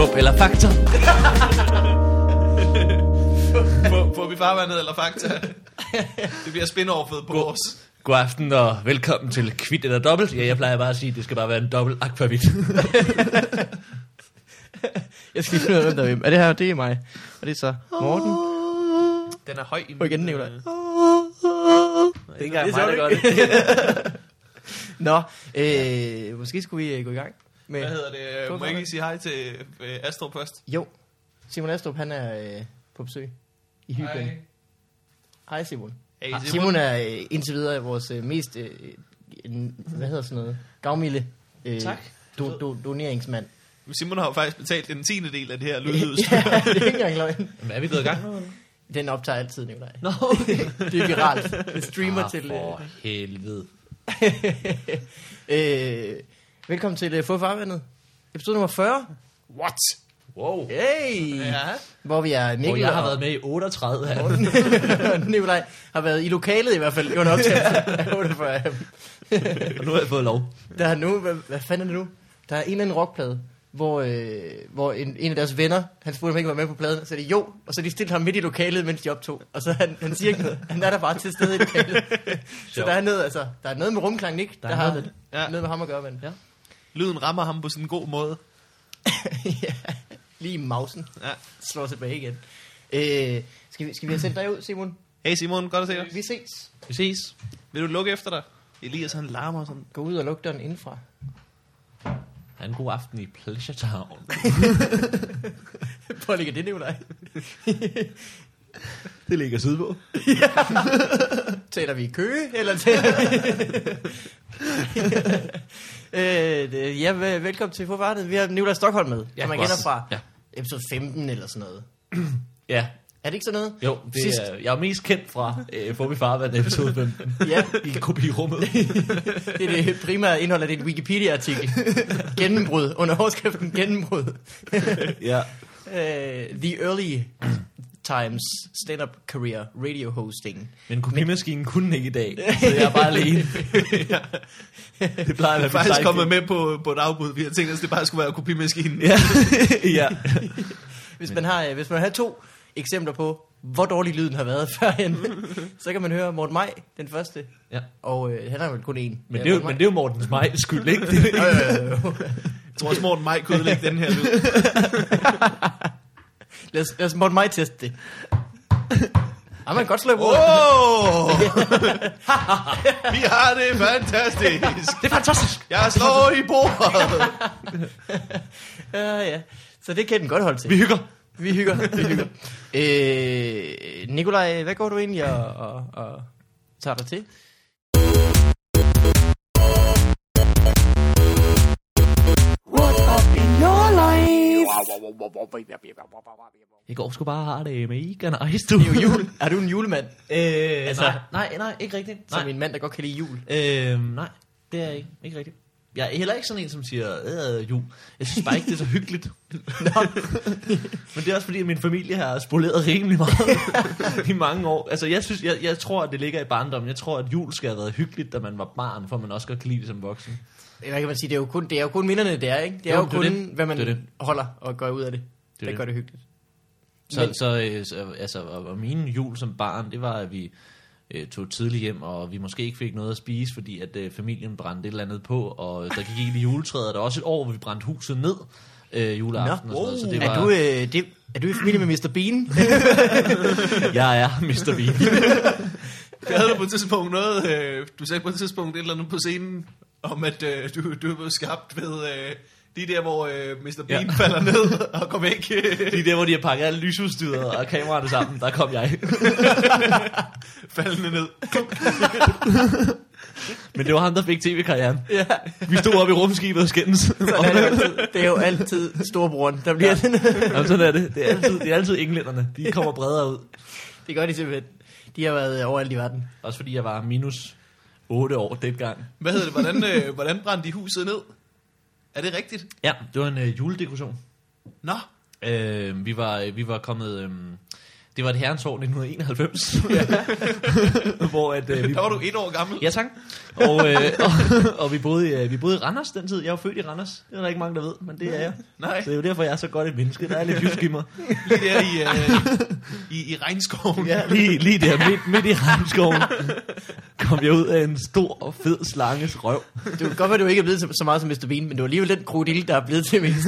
Fup eller Fakta? Får vi farvandet eller Fakta? Det bliver spin-offet på vores. God aften og velkommen til Kvit eller Dobbelt. Ja, jeg plejer bare at sige, at det skal bare være en dobbelt akvavit. Jeg skal lige finde ud af, hvem der er hvem. Er det her, det er mig. Og det er så Morten. Den er høj. Og igen, Nicolaj. Det er ikke engang mig, der gør det. Nå, måske skulle vi gå i gang med... Hvad hedder det? Må jeg ikke sige hej til Astrup først? Jo, Simon Astrup, han er på besøg i hyggen. Hej Simon. Hey, Simon er indtil videre vores mest, hvad hedder sådan noget, gavmilde doneringsmand. Simon har jo faktisk betalt en 10. del af det her lydhus. Ja, det er ikke engang løgn. Men er vi gået i gang nu? Den optager altid, Nicolaj. Nå, okay. Det er viralt. Det streamer til... For helvede. Velkommen til Få Farvandet. Episode nummer 40. What? Wow. Hey! Ja. Hvor vi er Nicolaj. Og jeg har været med i 38 her. Nicolaj har været i lokalet i hvert fald under optagelsen af 48 af dem. Og nu har jeg fået lov. Der er nu, hvad fanden er det nu? Der er en eller anden rockplade, hvor en af deres venner, han spurgte, om han ikke var med på pladen, og så sagde de jo, og så de stillede ham midt i lokalet, mens de optog. Og så han siger ikke noget. Han er der bare til stede i lokalet. Så der er noget, altså, der er noget med rumklang, ikke? Der har noget med ham at gøre, men. Ja. Lyden rammer ham på sådan en god måde. Ja, lige i mausen. Ja. Slår tilbage igen. Skal vi have sendt dig ud, Simon? Hey Simon, godt at se dig. Vi ses. Vi ses. Vil du lukke efter dig? Elias han larmer sådan. Gå ud og luk døren indenfra. Ha' en god aften i Pleasure Town. Prøv at lægge det, Nicolaj. Det ligger sydpå. Taler vi i Køge, eller taler vi... velkommen til Forvartet. Vi har Nicolaj Stockholm med, som man kender fra episode 15 eller sådan noget. Ja. Er det ikke sådan noget? Jo, jeg er mest kendt fra Fup eller Farvand episode 15. Ja. I kopirummet. Det er det primære indhold af din Wikipedia-artikel. Gennembrud, under overskriften gennembrud. Ja. The Early Times Stand-Up Career Radio Hosting. Men kopimaskinen kunne ikke i dag, så jeg er bare alene. Det plejer at være faktisk kommet med på et afbud. Vi har tænkt, at det bare skulle være kopimaskinen. Ja. Ja. Hvis man har 2 eksempler på, hvor dårlig lyden har været førhen, så kan man høre Morten Maj, den første. Ja. Og han har vel kun én. Men det er jo Mortens Majs skyld, ikke? Jeg tror også, Morten Maj kunne udlægge den her lyd. Lad os Morten Maj teste det. Har man godt slå i bordet? Vi har det fantastisk. Det er fantastisk. Jeg slår i bordet. Ja. Så det kan den godt holde til. Vi hygger. Nicolaj, hvad går du egentlig og tager dig til? What up in your life? I går skulle bare have det mega nice, du. Det er jo jul. Er du en julemand? Nej, ikke rigtigt. Som en mand, der godt kan lide jul. Nej, det er jeg ikke rigtigt. Jeg er heller ikke sådan en, som siger, jul. Jeg synes bare ikke, det er så hyggeligt. Men det er også fordi, at min familie har spoleret rimelig meget i mange år. Altså, jeg tror, at det ligger i barndommen. Jeg tror, at jul skal have været hyggeligt, da man var barn, for man også godt kan lide det som voksen. Hvad kan man sige? Det er jo kun minderne, det er, ikke? Det er jo kun, det. Hvad man holder og gør ud af det. Det gør det hyggeligt. Så og min jul som barn, det var, at vi tog tidligt hjem, og vi måske ikke fik noget at spise, fordi at familien brændte et eller andet på, og der gik ikke i juletræet. Der var også et år, hvor vi brændte huset ned juleaften og sådan noget. Så det var... Er du i familie med Mr. Bean? Jeg er Mr. Bean. Jeg havde på et tidspunkt noget, du sagde på et tidspunkt et eller andet på scenen, om at du var skabt ved de der, hvor Mr. Bean falder ned og går væk. De der, hvor de har pakket alle lysudstyret og kameraerne sammen, der kom jeg. Faldende ned. Men det var ham, der fik tv-karrieren. Ja. Vi stod oppe i rumskibet og skændes. Det er jo altid storebroren, der bliver den. Jamen, sådan er det. Det er altid englænderne. De kommer bredere ud. Det gør de simpelthen. De har været overalt i verden. Også fordi jeg var minus 8 år dengang. Hvad hedder det? Hvordan brændte de huset ned? Er det rigtigt? Ja, det var en juledekoration. Nå. Vi var kommet Det var et herrens år 1991, hvor at, vi... Der var du 1 år gammel. Ja, tak. Og vi boede i Randers den tid. Jeg var født i Randers. Det er der ikke mange, der ved, men det er jeg. Nej. Så det er jo derfor, jeg er så godt et menneske. Der er lidt jysk i mig. Lige der i regnskoven. Ja, lige der midt i regnskoven kom jeg ud af en stor og fed slanges røv. Det kan godt være, du ikke er blevet så meget som Mr. Bean, men det var alligevel den krokodille, der er blevet til mest.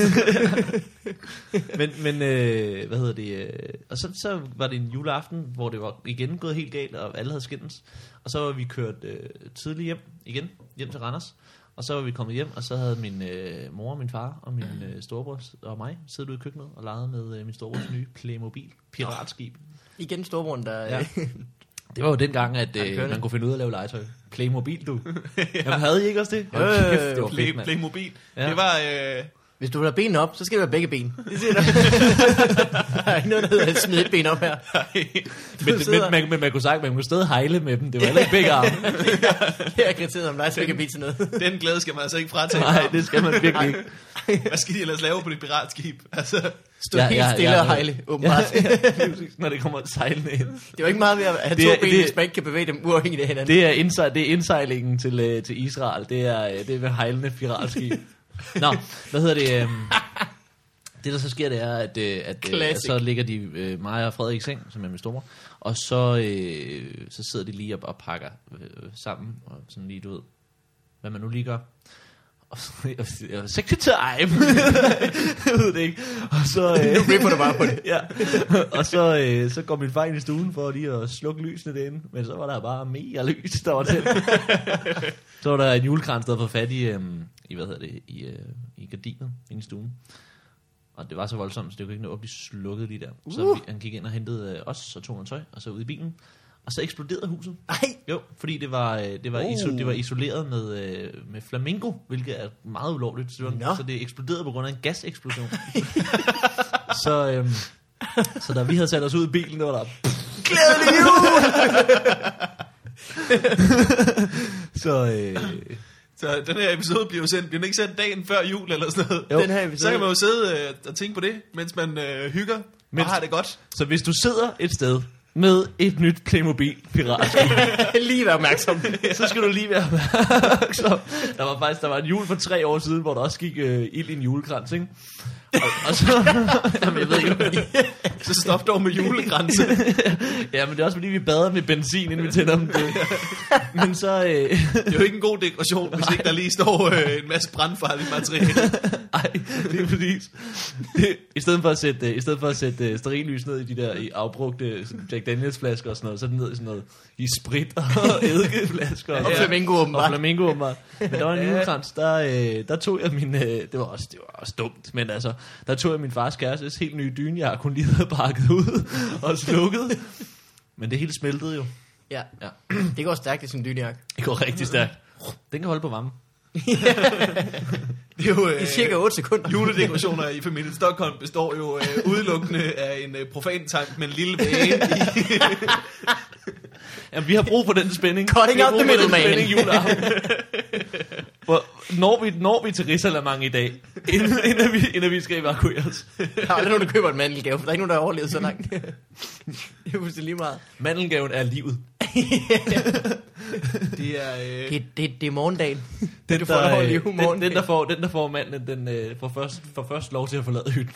Men hvad hedder det? Og så var det en juleaften, hvor det var igen gået helt galt, og alle havde skændes. Og så var vi kørt tidligt hjem til Randers. Og så var vi kommet hjem, og så havde min mor, min far og min storebror og mig siddet ude i køkkenet og leget med min storebrors nye Playmobil piratskib. Igen storebroren, der... Ja. Det var jo dengang, at man kunne finde ud af at lave legetøj. Playmobil, du. Jamen, havde I ikke også det? Kæft, det var fedt, mand. Playmobil. Ja. Det var... Hvis du vil have benene op, så skal det være begge ben. Det siger der. Der er ikke noget, der hedder at smide et ben op her. Men man kunne sagt, man kunne stadig hejle med dem. Det var heller ikke begge arme. Det er kriteriet om dig, så ikke blive til noget. Den glæde skal man altså ikke fratage. Nej, det skal man virkelig ikke. Hvad skal de ellers lave på dit piratskib? Altså, Stå helt stille og hejle, åbenbart. Når det kommer sejlende ind. Det er jo ikke meget ved at have to ben, hvis man ikke kan bevæge dem uafhængigt af hinanden. Det er indsejlingen til Israel. Det er med hejlende piratskib. Nå, hvad hedder det? Det der så sker, det er, at så ligger de mig og Frederik i seng, som er min stormor, og så sidder de lige og pakker sammen, og sådan lige, du ved, hvad man nu lige gør. Og så, sexy time! Jeg ved det ikke. Og så... Nu ripper du bare på det. Ja. Og så går min far ind i stuen for lige at slukke lysene derinde, men så var der bare mega lys, der var til. Så var der en julekrans, der havde fået fat i gardinet inde i stuen. Og det var så voldsomt, så det kunne ikke nå at blive slukket lige der. Så han gik ind og hentede os og tog noget tøj, og så ud i bilen. Og så eksploderede huset. Nej. Jo, fordi det var isoleret med flamingo, hvilket er meget ulovligt. Så det eksploderede på grund af en gaseksplosion. Så da vi havde sat os ud i bilen, der var der... Glædelig jul! Så den her episode bliver den ikke sendt dagen før jul eller sådan noget? Den her episode. Så kan man jo sidde og tænke på det, mens man hygger og har det godt. Så hvis du sidder et sted med et nyt Playmobil piratskib, lige være opmærksom. så skal du lige være opmærksom. Der var en jul for 3 år siden, hvor der også gik ild i en julekrans, ikke? Og så... Jamen, jeg ved ikke, så stop dog med julekranse. Ja, men det er også fordi, vi bader med benzin, inden vi tænder dem. Men så... Det er jo ikke en god dekoration, hvis ikke der lige står en masse brandfarligt materiale. Nej, det er præcis. I stedet for at sætte stearinlys ned i de der afbrugte Jack Daniels flasker og sådan noget, så er det ned i sådan noget i sprit og eddikeflasker. Og flamingo åbenbart. Men der var en julekrans, der tog jeg min... Det var også dumt, men altså, der tog jeg min fars kærestes helt nye dyne, jeg kun lige havde pakket ud og slukket. Men det hele smeltede jo. Ja. Det går stærkt i sin dynejakke. Det går rigtig stærkt. Den kan holde på varme. Det er jo, i cirka 8 sekunder. Juledekorationer i familien Stockholm består jo udelukkende af en profantank med en lille væge i. Jamen, vi har brug for den spænding. Cutting out the middleman. Når vi til Risalamang i dag, inden vi skal evakueres. Der er aldrig nogen, der køber en mandelgave, for der er ikke nogen, der har overlevet så langt. Det er fuldstændig lige meget. Mandelgaven er livet. Det er morgendagen. Den, der får mandlen, den får først lov til at forlade hytten.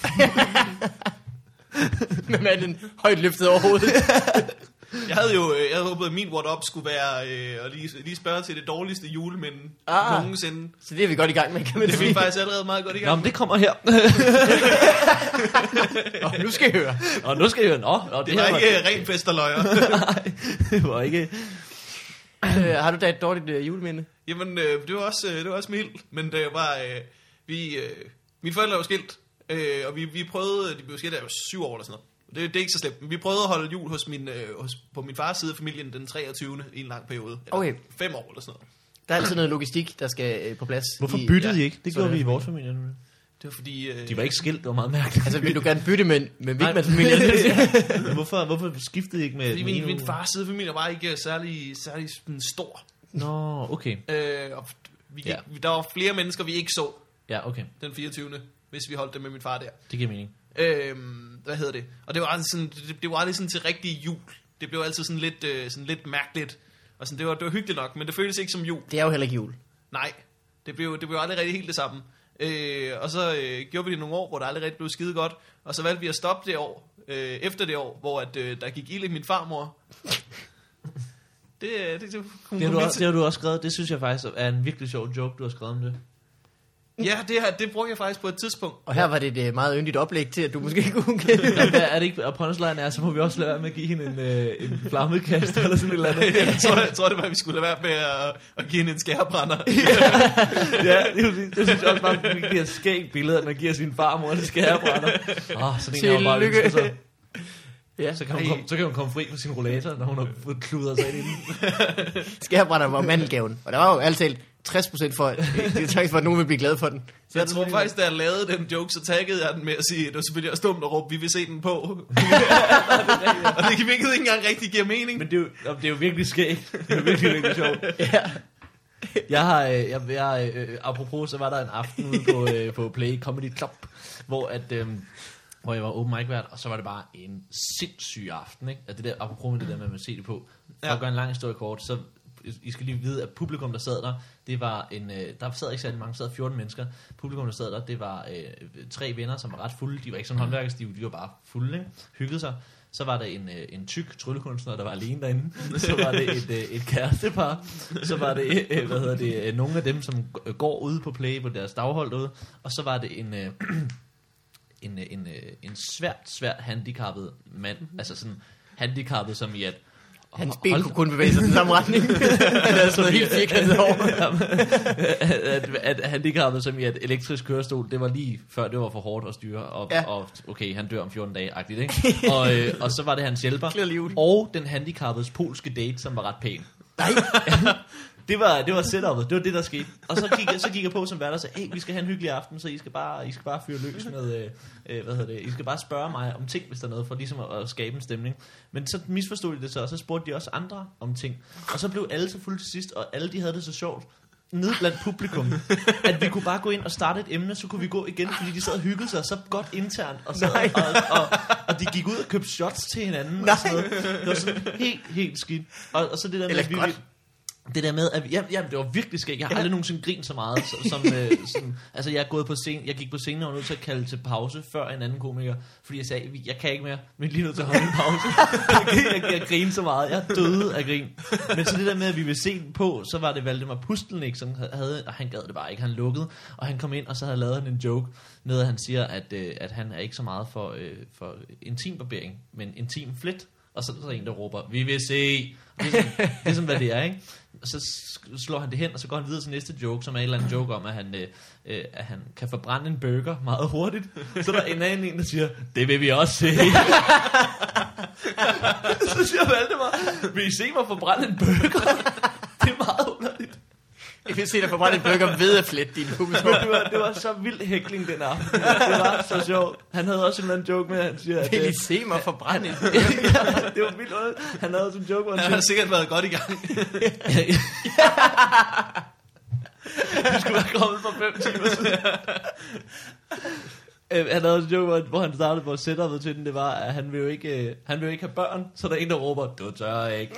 Med mandlen højt løftet over hovedet. Jeg havde håbet, at min what-up skulle være at lige spørge til det dårligste juleminde nogensinde. Så det er vi godt i gang med, kan man sige. sige. Det er vi faktisk allerede meget godt i gang med. Nå, men det kommer her. Nu skal I høre. Det var ikke ren fest og løjer. Nej, det var ikke... Har du da et dårligt juleminde? Jamen, det var også mildt, men det var... mine forældre var skilt, og vi prøvede... De blev skilt af 7 år eller sådan noget. Det er ikke så slemt, men vi prøvede at holde jul på min fars side af familien den 23. i en lang periode. Okay. 5 år eller sådan noget. Der er altid noget logistik, der skal på plads. Hvorfor byttede I ikke? Det gjorde vi i vores familie. Det var fordi... De var ikke skilt, det var meget mærkeligt. Altså, vil du gerne bytte med Vigmans familie? Hvorfor skiftede I ikke med... Fordi min fars side af familien var ikke særlig stor. Nå, okay. Og der var flere mennesker, vi ikke så. Ja, okay. Den 24. hvis vi holdt det med min far der. Det giver mening. Hvad hedder det? Og det var aldrig sådan, det var aldrig sådan til rigtig jul. Det blev altid sådan lidt mærkeligt. Og sådan, det var hyggeligt nok, men det føltes ikke som jul. Det er jo heller ikke jul. Nej, det blev aldrig rigtig helt det samme. Og så gjorde vi det nogle år, hvor det aldrig rigtig blev skide godt. Og så valgte vi at stoppe det år, efter det år, hvor der gik ild i min farmor. Det har du også skrevet. Det synes jeg faktisk er en virkelig sjov joke, du har skrevet om det. Ja, det brugte jeg faktisk på et tidspunkt. Og her var det et meget yndigt oplæg til, at du måske kunne kende. Er det ikke, og punchline er, så må vi også lade være med at give hende en flammekast eller sådan et eller andet. Jeg tror det var, at vi skulle lade være med at give hende en skærebrænder. Ja, det synes jeg også bare, at vi giver skægt billeder, at man giver sin farmor en skærebrænder. Sådan en, jeg bare ønsker sig. Ja, så kan hun komme fri på sin rollator, når hun har fået kludret sig ind i den. Skærebrænder var mandelgaven, og der var jo altid 60% for, at nogen vil blive glad for den. Så jeg tror faktisk, da jeg lavede den joke, så taggede jeg den med at sige, det var selvfølgelig også dumt at råbe, vi vil se den på. Og det virkede ikke engang rigtig giver mening. Men det er jo virkelig skægt. Det er virkelig sjovt. Ja. Apropos, så var der en aften ude på Play Comedy Club, hvor jeg var open mic vært, og så var det bare en sindssyg aften, ikke? Altså det der, apropos med det der med at se det på. For at gøre en lang historie kort, så I skal lige vide, at publikum, der sad der, det var der sad ikke særlig mange, der sad 14 mennesker. Publikum, der sad der, det var 3 venner, som var ret fulde. De var ikke sådan håndværkerstive, de var bare fulde, ikke? Hyggede sig. Så var der en tyk tryllekunstner, der var alene derinde. Så var det et kærestepar. Så var det nogle af dem, som går ude på Play på deres daghold derude. Og så var det en svært handicappet mand. Altså sådan handicappet som i at hans ben kunne kun bevæge sig i den samme retning. Han havde sådan helt firkantet over. At handicappet som i et elektrisk kørestol, det var lige før det var for hårdt at styre. Og okay, han dør om 14 dage-agtigt, ikke? Og så var det hans hjælper. Og den handicappedes polske date, som var ret pæn. Nej. Det var setup'et, det var det, der skete. Og så gik jeg på som vært og sagde, hey, vi skal have en hyggelig aften, så I skal bare fyre løs med, I skal bare spørge mig om ting, hvis der er noget, for ligesom at skabe en stemning. Men så misforstod de det så, og så spurgte de også andre om ting. Og så blev alle så fulde til sidst, og alle de havde det så sjovt, nede blandt publikum, at vi kunne bare gå ind og starte et emne, så kunne vi gå igen, fordi de sad og hyggede sig så godt internt, og, og de gik ud og købte shots til hinanden. Og sådan noget. Det var sådan helt skidt. Og så det der med, det der med, at jamen, det var virkelig skægt. Jeg har aldrig nogensinde grint så meget, altså jeg gik på scenen og var nødt til at kalde til pause før en anden komiker, fordi jeg sagde, jeg kan ikke mere, men lige nødt til at holde en pause. jeg grinede så meget, jeg døde af grin. Men så det der med, at vi ville se den på, så var det Valdemar Pustelnik, som havde, og han gad det bare ikke, han lukkede, og han kom ind, og så havde lavet han en joke, med at han siger, at han er ikke så meget for intim barbering, men intim flit. Og så er der en, der råber, vi vil se. Det er sådan, hvad det er, ikke? Og så slår han det hen, og så går han videre til næste joke, som er en eller anden joke om, at han kan forbrænde en burger meget hurtigt. Så der er en anden en, der siger, det vil vi også se. Så siger Valdemar, vil I se mig forbrænde en burger? Det er meget underligt. Jeg vil se dig forbrænde en burger ved at flette din publikum. Det var så vild hækling den aften. Det var så sjovt. Han havde også en eller anden joke med, at han siger, at vil I se mig forbrænde en burger? Ja, det var vildt underligt. Han havde også en joke, hvor han siger, har sikkert været godt i gang. Vi skulle være kommet for 5 timer siden. Han havde også en joke, hvor han startede på setupet til den. Det var, at han vil jo ikke have børn. Så der er en, der råber, du tør ikke.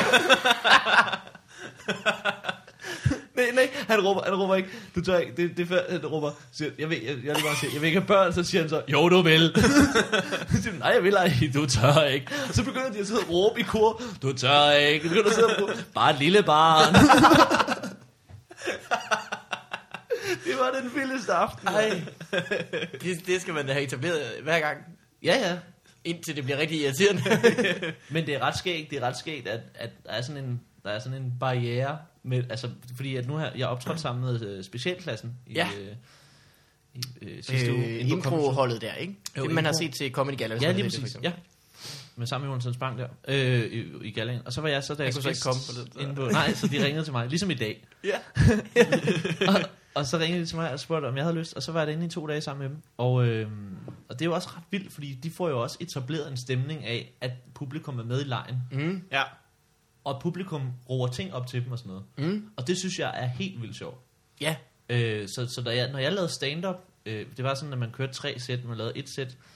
Nej, han råber ikke, du tør ikke, det er før, han råber, siger, jeg vil ikke have børn, så siger han så, jo du vil. Så siger, nej jeg vil ikke, du tør ikke. Så begynder de at sidde og råbe i kor, du tør ikke, begynder at sidde og råbe, bare et lille barn. Det var den vildeste aften. Ej, det skal man da have etableret hver gang. Ja. Indtil det bliver rigtig irriterende. Men det er ret skægt, at der er sådan en barriere med, altså fordi at nu har jeg optrådt sammen med specialklassen i sidste uge. Introholdet der, ikke? Jo, det man har set til Comedy Gala. Ja, lige præcis. Ja. Men sammen med Jonas Spang der i galaen. Og så var jeg så, da jeg kunne så ikke komme på det. Nej, så de ringede til mig, ligesom i dag. Ja. og så ringede de til mig og spurgte, om jeg havde lyst. Og så var jeg derinde i 2 dage sammen med dem. Og det er jo også ret vildt, fordi de får jo også etableret en stemning af, at publikum er med i lejen. Mm. Ja. Og publikum roer ting op til dem og sådan noget. Mm. Og det synes jeg er helt vildt sjovt. Ja. Så når jeg lavede stand-up, det var sådan, at man kørte 3 sæt, man lavede 1 sæt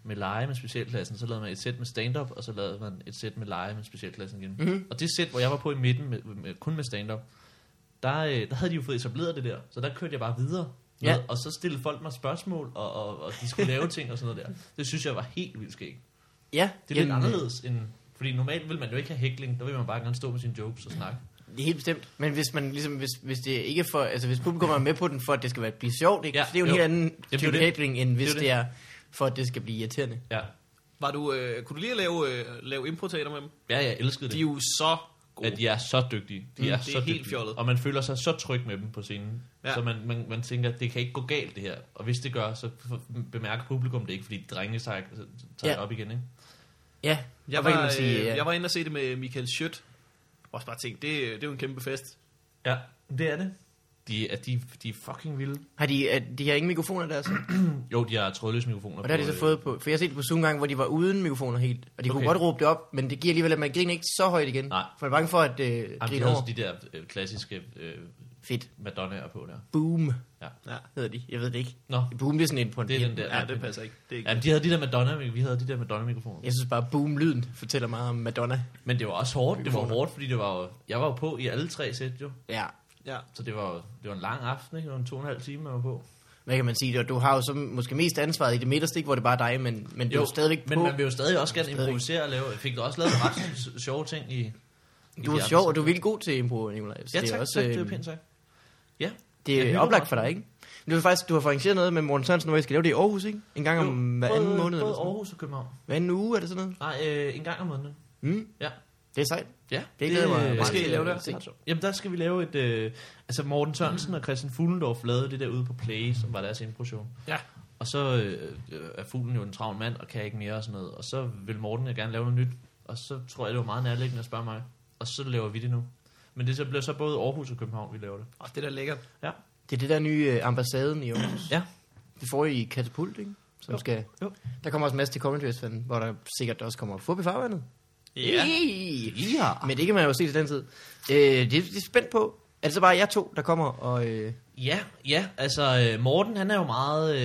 med lege med specialklassen, så lavede man et sæt med stand-up, og så lavede man et sæt med lege med specialklassen igen. Mhm. Og det sæt, hvor jeg var på i midten, kun med stand-up, der havde de jo fået etableret det der, så der kørte jeg bare videre. Ja. Og så stillede folk mig spørgsmål, og de skulle lave ting og sådan noget der. Det synes jeg var helt vildt skægt. Ja, Det er lidt anderledes end... Fordi normalt vil man jo ikke have hækling, der vil man bare gerne stå med sine jokes og snakke. Det er helt bestemt. Men hvis man ligesom, hvis det ikke er for, altså hvis publikum er med på den, for at det skal blive sjovt, ikke? Ja, Det er jo en jo. helt anden Jamen, det er type det. hækling, end hvis Det er det er for, at det skal blive irriterende. Ja, Kunne du lige lave improteater med dem? ja jeg elskede det. De er jo så gode. At de er så dygtige. De er det så er helt dygtige. fjollet. Og man føler sig så tryg med dem på scenen. Ja. Så man tænker, det kan ikke gå galt det her. Og hvis det gør, så bemærker publikum det ikke, fordi drengene tager det op igen, ikke? Ja, Jeg og hvad kan man var, sige? Ja. jeg var inde og se det med Michael Schødt. Også bare tænkt, det er jo en kæmpe fest. Ja, det er det. De er fucking vilde. Har de har ingen mikrofoner der, så? Jo, de har trådløse mikrofoner. Og der har de så fået på, for jeg har set det på Zoom gang, hvor de var uden mikrofoner helt. Og de kunne godt råbe det op, men det giver alligevel, at man griner ikke så højt igen. Nej. For jeg er bange for, at de grine har over. også de der klassiske Fedt. Madonnaer på der. Boom, Ja, hedder de. Jeg ved det ikke. Nå, Boom, det er sådan en på en det er pind. den der. ja det passer ikke. Det er ikke Ja, de havde de der Madonna, vi havde de der Madonna-mikrofoner. Jeg synes bare, boom-lyden fortæller meget om Madonna. Men det var også hårdt. Det var hårdt, fordi jeg var jo på i alle 3 sæt jo. Ja. Ja. Så det var en lang aften, ikke? Det var en 2,5 timer, jeg var på. Hvad kan man sige? Du har jo så måske mest ansvaret i det midterste, hvor det bare er dig, men du er jo stadigvæk på. Men man vil jo stadig også gerne improvisere og lave. Fik du også lavet ret sjove ting i Du er sjov, og du er virkelig god til impro, Nikolaj. Så Ja, det er tak, også, tak, det er pænt sagt. Ja. det Jeg er hygger oplagt mig. for dig, ikke? Men du har arrangeret noget med Morten Sørensen, hvor I skal lave det i Aarhus, ikke? En gang om hver anden måned. Både Eller sådan. Aarhus og København. Hver anden uge, er det sådan noget? Nej, en gang om måneden. Ja. Det er sejt. Ja, Det glæder mig Hvad meget skal I til lave at der? se. Jamen, der skal vi lave et... altså, Morten Sørensen og Christian Fuglendorf lavede det der ude på Play, som var deres impro-show. Ja. Og så er Fuglen jo en travl mand, og kan ikke mere og sådan noget. Og så vil Morten jo gerne lave noget nyt. Og så tror jeg, det var meget nærliggende at spørge mig. Og så laver vi det nu. Men det så bliver så både Aarhus og København, vi laver det. Det er da lækkert. Ja. Det er det der nye ambassaden i Aarhus. Ja. Det får I i Katapult, ikke? Som Jo. skal... Jo. Der kommer også en masse til Comedy Festivalen, hvor der sikkert også kommer fup i farvandet. Ja. Ja. Men det kan man jo se til den tid. Det er spændt på. Er det så bare jer to, der kommer og... Ja, altså Morten, han er jo meget,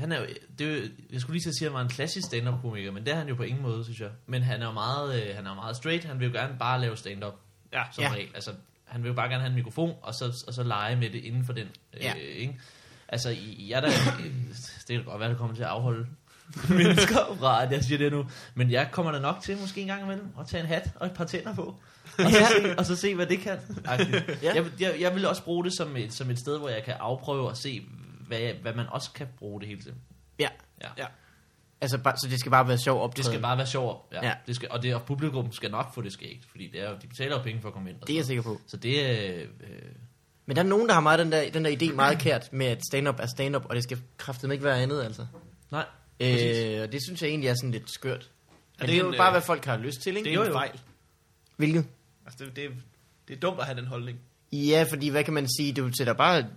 jeg skulle lige til at sige, at han var en klassisk stand-up-komiker, men det er han jo på ingen måde, synes jeg. Men han er jo meget straight, han vil jo gerne bare lave stand-up, Ja. som Ja. regel. Altså, han vil jo bare gerne have en mikrofon, og så lege med det inden for den, Ja. ikke? Altså, jeg der, det kan godt være, det kommer til at afholde mennesker fra, at jeg siger det nu, men jeg kommer da nok til, måske en gang imellem, at tage en hat og et par tænder på. Og så se, hvad det kan. Ja. Jeg vil også bruge det som et sted, hvor jeg kan afprøve og se, hvad man også kan bruge det hele til. Ja. Ja. Altså, så det skal bare være sjov optræden. Det skal bare være sjovt. Ja. Ja. Det skal, og publikum skal nok få det skægt, fordi de betaler jo penge for at komme ind. Og Det er jeg sådan sikker på. noget. Så det er... Men der er nogen, der har meget den der idé meget kært med, at stand-up er stand-up, og det skal kraftedeme ikke være andet, altså. nej, præcis. Og det synes jeg egentlig er sådan lidt skørt. Men det det er er jo en, bare, hvad folk har lyst til, ikke? Det er jo en fejl. Hvilket? Altså, det er dumt at have den holdning. Ja, fordi hvad kan man sige, du sætter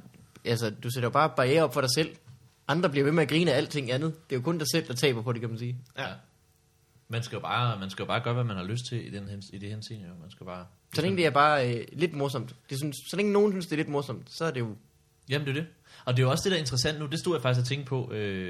bare barriere op for dig selv. Andre bliver ved med at grine af alting andet. Det er jo kun dig selv, der taber på det, kan man sige. Ja. Man skal jo bare gøre, hvad man har lyst til i det henseende. Jo. Man skal bare... Så længe det er bare lidt morsomt. Så længe nogen synes, det er lidt morsomt, så er det jo... Jamen, det er det. Og det er jo også det, der er interessant nu. Det stod jeg faktisk at tænke på,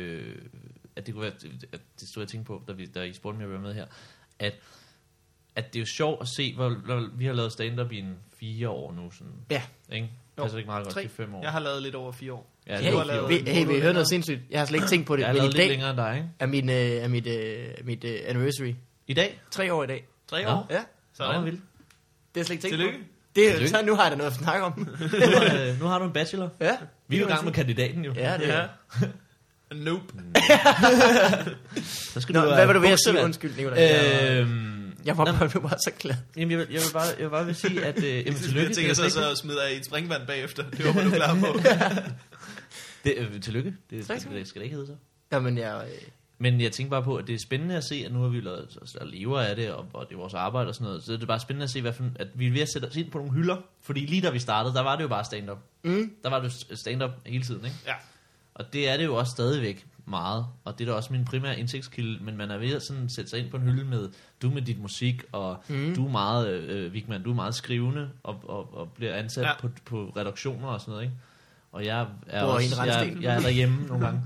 at det kunne være... Det stod jeg at tænke på, da I spurgte mig at være med her. At det er jo sjovt at se, hvor vi har lavet stand-up i 4 år nu. Sådan, Ja. ikke? Jo. Passer ikke meget godt 3. til 5 år. Jeg har lavet lidt over 4 år. Ja, Hey, det var 4 år. vi hører noget sindssygt. Jeg har slet ikke tænkt på det. Jeg har Men lavet i lidt dag længere end dig, ikke? er mit anniversary. I dag? 3 år i dag. 3 Nå. år? Ja, Sådan. Nå, vildt. det er slet ikke tænkt Tillykke. på. Det, Tillykke. så nu har jeg da noget at snakke om. Nu har du en bachelor. Ja, Vi er jo i gang med kandidaten jo. Ja, det er. Nope. Så skal Nå, du hvad var du ved at sige? buksevand. Undskyld, Nicolaj. Jeg var bare så glad. Jamen, jeg vil bare vil sige, at jamen, tillykke. Jeg tænker det, så smider jeg i et springvand bagefter. Det håber du er klar på. tillykke. Det Tak skal det ikke hedde så. Jamen, jeg... Men jeg tænker bare på, at det er spændende at se, at nu har vi lavet, og lever af det, og det er vores arbejde og sådan noget. Så det er bare spændende at se, at vi er ved at sætte os ind på nogle hylder. Fordi lige da vi startede, der var det jo bare stand-up. Der var det jo stand-up hele tiden, ikke? Ja. Og det er det jo også stadigvæk meget. Og det er da også min primære indtægtskilde. Men man er ved at sådan sætte sig ind på en hylde med, du med dit musik, og du er meget, Vigman, du er meget skrivende, og bliver ansat på redaktioner og sådan noget, ikke? Og jeg er Bor i også, en rendsten. jeg er derhjemme nogle gange.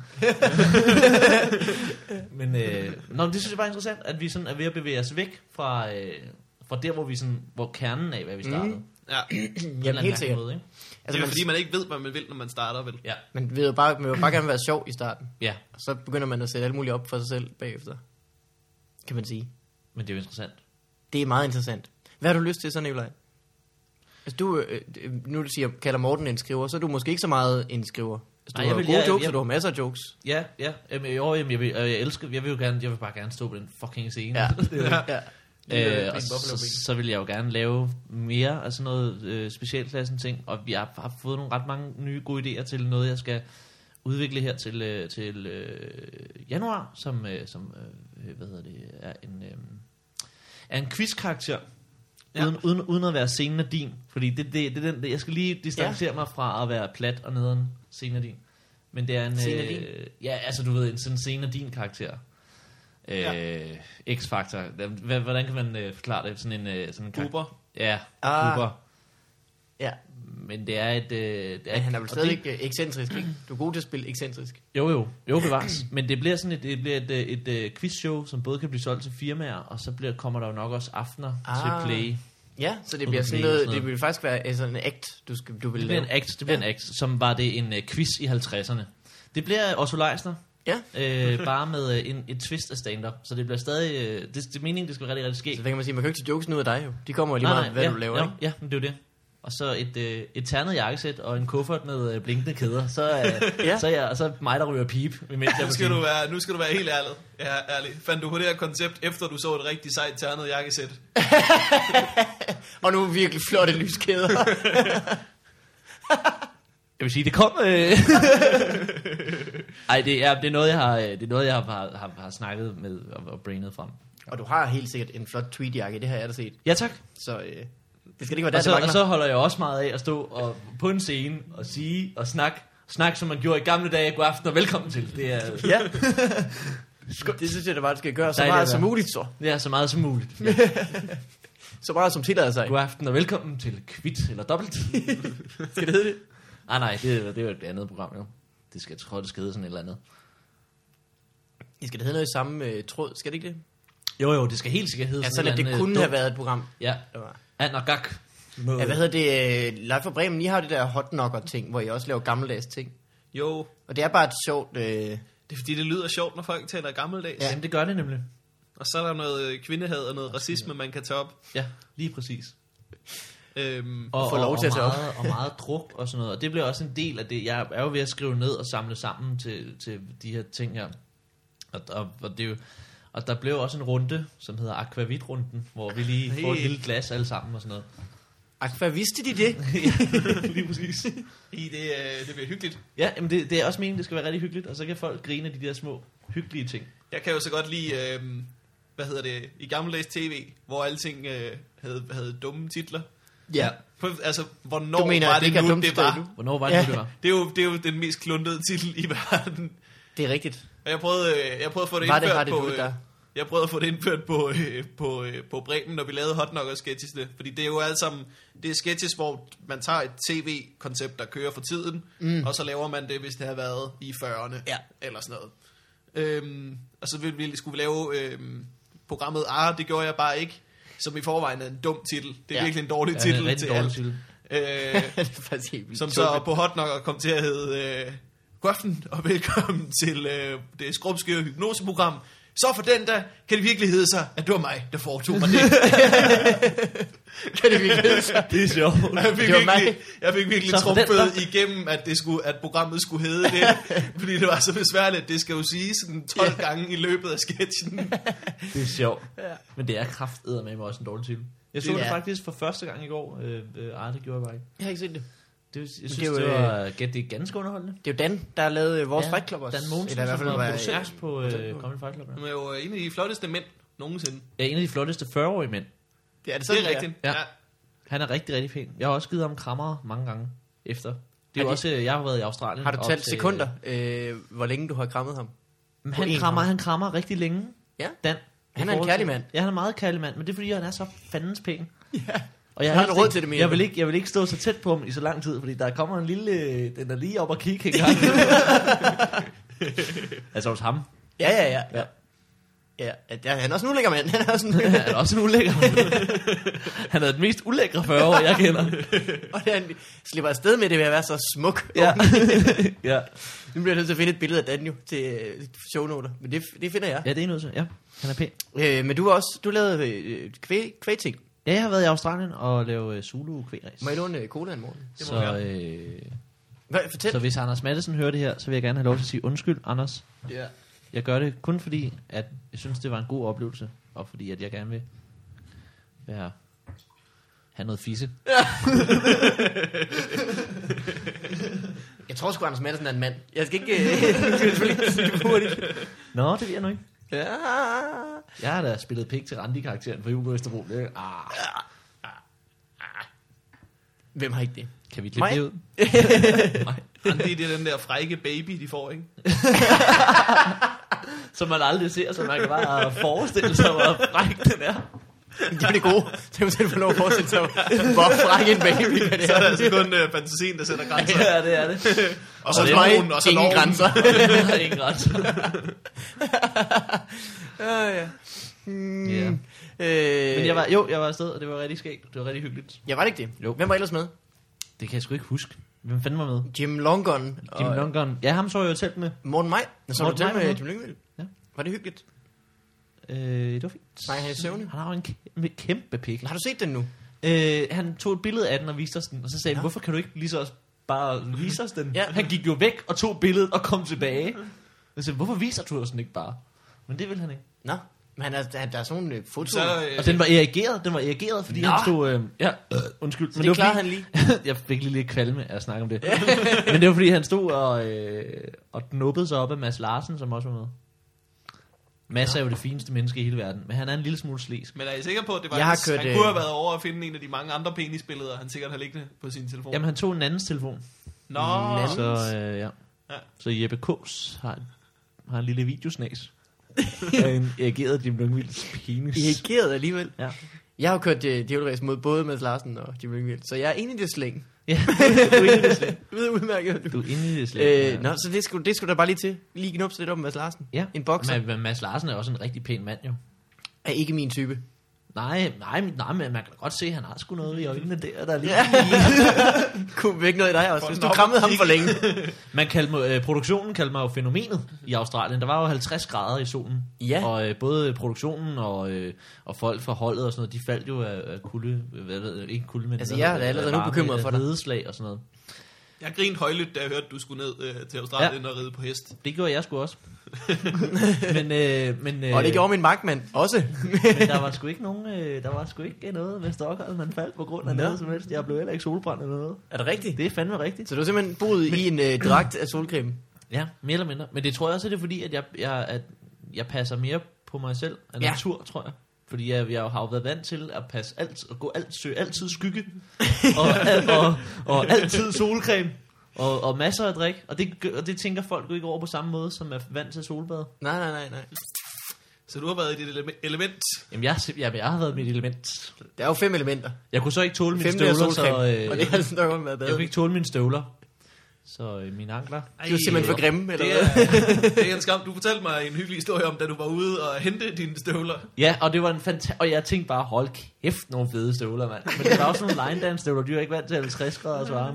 Men det synes jeg bare er interessant, at vi sådan er ved at bevæge os væk fra der, hvor vi sådan, hvor kernen af, hvad vi startede. Ja. Jamen, helt sikkert. Måde, ikke? Det er Altså, jo fordi, man ikke ved, hvad man vil, når man starter, vel? Ja. man vil jo bare gerne være sjov i starten. Ja, Og så begynder man at sætte alt muligt op for sig selv bagefter. Kan man sige. men det er jo interessant. Det er meget interessant. Hvad har du lyst til så, Nikolaj? Altså du, nu kalder Morten en skriver, så er du måske ikke så meget en skriver. Altså, du Nej, har gode jokes, og du har masser af jokes. Ja. Jeg vil bare gerne stå på den fucking scene. Ja. Og så vil jeg jo gerne lave mere af sådan noget specialklassen ting. Og vi har fået nogle ret mange nye gode idéer til noget, jeg skal udvikle her til januar, som hvad hedder det, er en quiz-karakter. Ja. Uden at være Senadin. Fordi det er den, jeg skal lige distancere mig fra at være plat og nederen Senadin. Men det er en... ja, altså du ved, en sådan Senadin-karakter. X-Factor. Hvordan kan man forklare det? Sådan en Cooper. Ja, Ah. Cooper. Ja. Men det er et... Men han er vel stadig ikke ekscentrisk, ikke? Du er god til at spille ekscentrisk. Jo, bevares. Men det bliver sådan et quizshow, som både kan blive solgt til firmaer, og så kommer der jo nok også aftener til Play. Ja, så det bliver sådan noget, det vil faktisk være sådan en act, du vil lave. Det bliver en act, som var det en quiz i 50'erne. Det bliver Otto Leisner. Ja. Bare med et twist af stand-up. Så det bliver stadig... det er meningen, det skal være rigtig, rigtig skægt. Så hvad kan man sige, man kan jo ikke tage jokesen ud af dig jo. De kommer jo lige meget, hvad du laver, ikke? Ja, men det er jo det. Og så et ternet jakkesæt og en kuffert med blinkende kæder. Så er mig, der ryger pip. Nu skal du være helt ærlig. Fandt du på det her koncept, efter du så et rigtig sejt ternet jakkesæt? Og nu virkelig flotte lyskæder. Jeg vil sige, det kom... Ej, det er noget, jeg har snakket med og brainet frem. Og du har helt sikkert en flot tweedjakke, det har jeg da set. Ja, tak. Så det skal ikke være der, og så holder jeg også meget af at stå på en scene og sige og snakke, som man gjorde i gamle dage. God aften og velkommen til. Det er... Ja. Det synes jeg da bare, du skal gøre så meget som muligt, så. Ja, så meget som muligt. Ja. Så meget som tillader sig. God aften og velkommen til Kvit eller Dobbelt. Skal det hedde det? Nej, det er jo et andet program, jo. Det skal hedde sådan et eller andet. Det skal det hedde noget i samme tråd, skal det ikke det? Jo, det skal helt sikkert hedde sådan et eller andet. Ja, så det kunne have været et program. Ja, and og gak. Ja, hvad hedder det? Live for Bremen, I har det der hotnocker-ting, hvor I også laver gammeldags ting. Jo. Og det er bare et sjovt... Det er fordi, det lyder sjovt, når folk taler gammeldags. Ja. Jamen, det gør det nemlig. Og så er der noget kvindehad og noget racisme, man kan tage op. Ja, lige præcis. Og få lov til at tage op. Og meget druk og sådan noget. Og det bliver også en del af det. Jeg er jo ved at skrive ned og samle sammen til de her ting her. Og det er jo... Og der blev også en runde, som hedder Aquavit-runden, hvor vi lige får et lille glas alle sammen og sådan noget. Hvad vidste de det? Lige præcis. Det bliver hyggeligt. Ja, men det er også meningen, det skal være rigtig hyggeligt, og så kan folk grine af de der små, hyggelige ting. Jeg kan jo så godt lide, i gammeldags tv, hvor alting havde dumme titler. Ja. Altså, hvornår mener, var det nu, det var? Hvornår var det, det var? Det er jo den mest kluntede titel i verden. Det er rigtigt. Og jeg prøvede at få det indført jeg prøvede at få det indført på Bremen, når vi lavede hotnocker sketchesne. Fordi det er jo alt sammen, det er sketches, hvor man tager et tv-koncept, der kører for tiden, og så laver man det, hvis det har været i 40'erne, eller sådan noget. Og så skulle vi lave programmet det gjorde jeg bare ikke, som i forvejen er en dum titel. Det er virkelig en dårlig titel til alt. Det er faktisk helt vildt. Som så på hotnocker kom til at hedde god aften og velkommen til det skrubskøre hypnoseprogram. Så for den der kan det virkelig hedde sig, at det var mig, der foretog mig det. Kan det virkelig hedde sig? Det er sjovt. Jeg fik virkelig trumfet igennem, at programmet skulle hedde det. Fordi det var så besværligt, at det skal jo sige sådan 12 gange i løbet af sketchen. Det er sjovt. Men det er krafteddermame også en dårlig titel. Jeg så det faktisk for første gang i går. Det gjorde jeg bare ikke. Jeg har ikke set det. Jeg synes, det er ganske underholdende. Det er jo Dan, der har lavet vores Fight Club også. Dan Mogensen, eller i hvert fald var producent på Comedy Fight Club. Han er jo en af de flotteste mænd nogensinde. Ja, en af de flotteste 40-årige mænd. Det er det rigtigt. Ja. Han er rigtig, rigtig pæn. Jeg har også givet ham krammer mange gange efter. Det er jo også, jeg har været i Australien. Har du talt sekunder, hvor længe du har krammet ham? Han krammer rigtig længe. Ja. Dan. Han er en kærlig mand. Ja, han er en meget kærlig mand, men det er fordi, han er så fandens pæn. Ja. Og Jeg har ikke råd til det mere. Jeg vil ikke stå så tæt på ham i så lang tid, fordi der kommer en lille... Den er lige op og kigge en gang. Altså hos ham. Ja. Han er også en ulækker mand. Han Han er også en ulækker. Han er den mest ulækre 40 år, jeg kender. Og han slipper afsted med det ved at være så smuk. Ja. Ja. Nu bliver jeg nødt til at finde et billede af Dan jo til shownoter. Men det finder jeg. Ja, det er noget til. Ja, han er pæn. Men du lavede kvægting. Ja, jeg har været i Australien og lavet Zulu kvægræs. Må jeg låne cola en morgen? Fortæl. Så hvis Anders Mattesen hører det her, så vil jeg gerne have lov til at sige undskyld, Anders. Ja. Jeg gør det kun fordi, at jeg synes, det var en god oplevelse, og fordi, at jeg gerne vil have noget fisse. Jeg tror sgu, Anders Madsen er en mand. Jeg skal ikke... Nå, det ved jeg nu ikke. Ja. Jeg har da spillet pik til Randi-karakteren for Jul på Østerbro. Hvem har ikke det? Kan vi klippe det ud? Randi, det er den der frække baby, de får, ikke? Som man aldrig ser, så man kan bare forestille sig, hvor fræk den er. Det er det gode. Så kan man selv få lov at forestille sig, hvor fræk en baby kan det Så er det er. altså kun fantasien, der sætter grænser. Ja, det er det. Og så Hos mig, loven, og så ingen loven. grænser. Ingen grænser. Ja. Ja. Men jeg var afsted, og det var rigtig skægt. Det var rigtig hyggeligt. Ja, var det ikke det? Jo. Hvem var ellers med? Det kan jeg sgu ikke huske. Hvem fanden var med? Jim Longon. Jim og Longon. Ja, ham så jeg jo telt med. Morten Maj. Så Morten du Maj med var Jim Lyngvild? Ja. Var det hyggeligt? Det var fint. Snakker han i søvne? Han har jo en kæmpe pik. Har du set den nu? Han tog et billede af den og viste os den, og så sagde han, hvorfor kan du ikke lige så også bare vise os den? Ja. Han gik jo væk og tog billedet og kom tilbage. Jeg sagde, hvorfor viser du os den ikke bare? Men det vil han ikke. Nå, men der er sådan nogle foto. Så, Og den var erigeret, fordi Nå. han stod... undskyld. Så det klarede han lige. Jeg fik lige lidt kvalme af at snakke om det. Men det var fordi, han stod og knuppede sig op af Mads Larsen, som også var med. Mads er jo det fineste menneske i hele verden, men han er en lille smule slæsk. men er I sikker på, at det var Jeg har kørt, han kunne have været over at finde en af de mange andre penisbilleder, han sikkert har liggende på sin telefon? Jamen, han tog en andens telefon. Nå, Så, ja. Ja. Så Jeppe Kås har en lille videosnas af en erigeret Jim Lyngvilds penis. Reageret alligevel. Ja. Jeg har jo kørt djævleræs mod både Mads Larsen og Jim Lyngvild, så jeg er inde i det slæng. Ja, du er inde i det slet. Du ved udmærket. Du er inde i det slet. Nå, så det skulle der bare lige til. Lige knupse lidt op med Mads Larsen. Ja. En bokser Men Mads Larsen er også en rigtig pæn mand, jo. er ikke min type. Nej, men man kan godt se, at han har sgu noget i øjnene der lige. Kunne væk noget i dig også, For hvis den du op- krammede ham for længe. Man produktionen kaldte mig jo fænomenet i Australien. Der var jo 50 grader i solen. Ja. Og både produktionen og folk fra holdet og sådan noget, de faldt jo af kulde. Ikke kulde, men... Altså, jeg er da allerede nu bekymret for dig. Hedeslag og sådan noget. jeg grinede højlydt, da jeg hørte, at du skulle ned til Australien og ride på hest. Det gjorde jeg sgu også. men, Og det gjorde min magtmand også. men der var sgu ikke nogen, der var sgu ikke noget med Stockholm, man faldt på grund af Nå. noget som helst. Jeg blev heller ikke solbrændt eller noget. Er det rigtigt? Det er fandme rigtigt. Så du har simpelthen boet i en dragt af solcreme? Ja, mere eller mindre. Men det tror jeg også, at det er fordi, at jeg passer mere på mig selv af Ja. natur, tror jeg. Fordi jeg har jo været vant til at passe søge altid skygge. og altid solcreme. Og masser af drik. Og det tænker folk jo ikke over på samme måde, som er vant til solbad. Nej. Så du har været i dit element. Jamen, jeg har været mit element. Der er jo 5 elementer. Jeg kunne så ikke tåle mine 5 der støvler, så... solcreme. Og det har altså nok været jeg bedre. kunne ikke tåle mine støvler. Så mine ankler... De var simpelthen for grimme, eller Det hvad? det er en skam. Du fortalte mig en hyggelig historie om, da du var ude og hente dine støvler. Ja, og det var en og jeg tænkte bare, hold kæft, nogle fede støvler, mand. Men det var også nogle line dance støvler, de var ikke vant til 50 graders varme.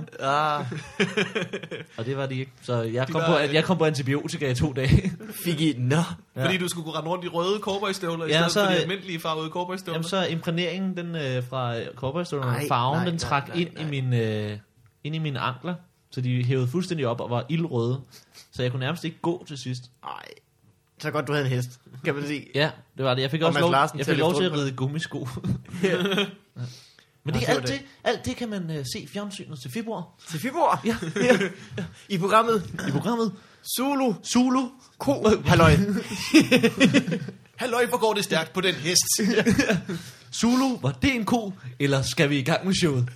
Og det var de ikke. Så jeg kom på antibiotika i 2 dage. Fik I... Nå. Ja. Fordi du skulle gå rende rundt i røde cowboystøvler i Ja, stedet så, for de almindelige farvede cowboystøvler. Jamen så imprægneringen den fra cowboystøvlerne, Nej, farven, nej, den trak nej, nej. ind i mine ankler. Så de hævede fuldstændig op og var ildrøde. Så jeg kunne nærmest ikke gå til sidst. Ej. Så godt, du havde en hest, kan man sige. Ja, det var det. Jeg fik Og også Mads lov, Larsen jeg til fik at lov løfte til at rundt. ride gummisko. Ja. Men det, Ja, det var alt det kan man se i fjernsynet til februar. Til Fibor. Ja. I programmet I programmet Zulu Ko Halløj. Halløj, hvor går det stærkt på den hest. Zulu, var det en ko, eller skal vi i gang med showet?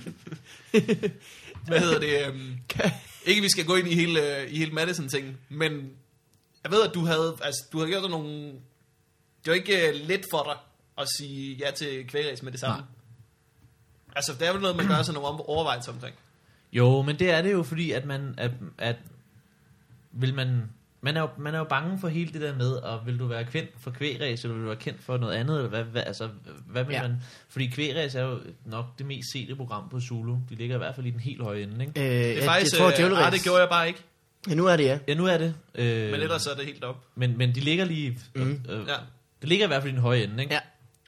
Hvad hedder det? Ikke vi skal gå ind i hele Madison-ting, men jeg ved, at du havde gjort nogle... Det var ikke let for dig at sige ja til kvægræs med det samme. Nej. Altså, det er vel noget, man gør sådan nogle overvejelser omkring. Jo, men det er det jo, fordi at man er jo bange for hele det der med, og vil du være kendt for kvægræs, eller vil du være kendt for noget andet, eller hvad vil man? Fordi kvægræs er jo nok det mest sete program på Zulu. De ligger i hvert fald i den helt høje ende, ikke? Det er faktisk, det gjorde jeg bare ikke. Ja, nu er det, ja. Ja, nu er det. Men ellers er det helt op. Men de ligger lige... Ja. Det ligger i hvert fald i den høje ende, ikke? Ja.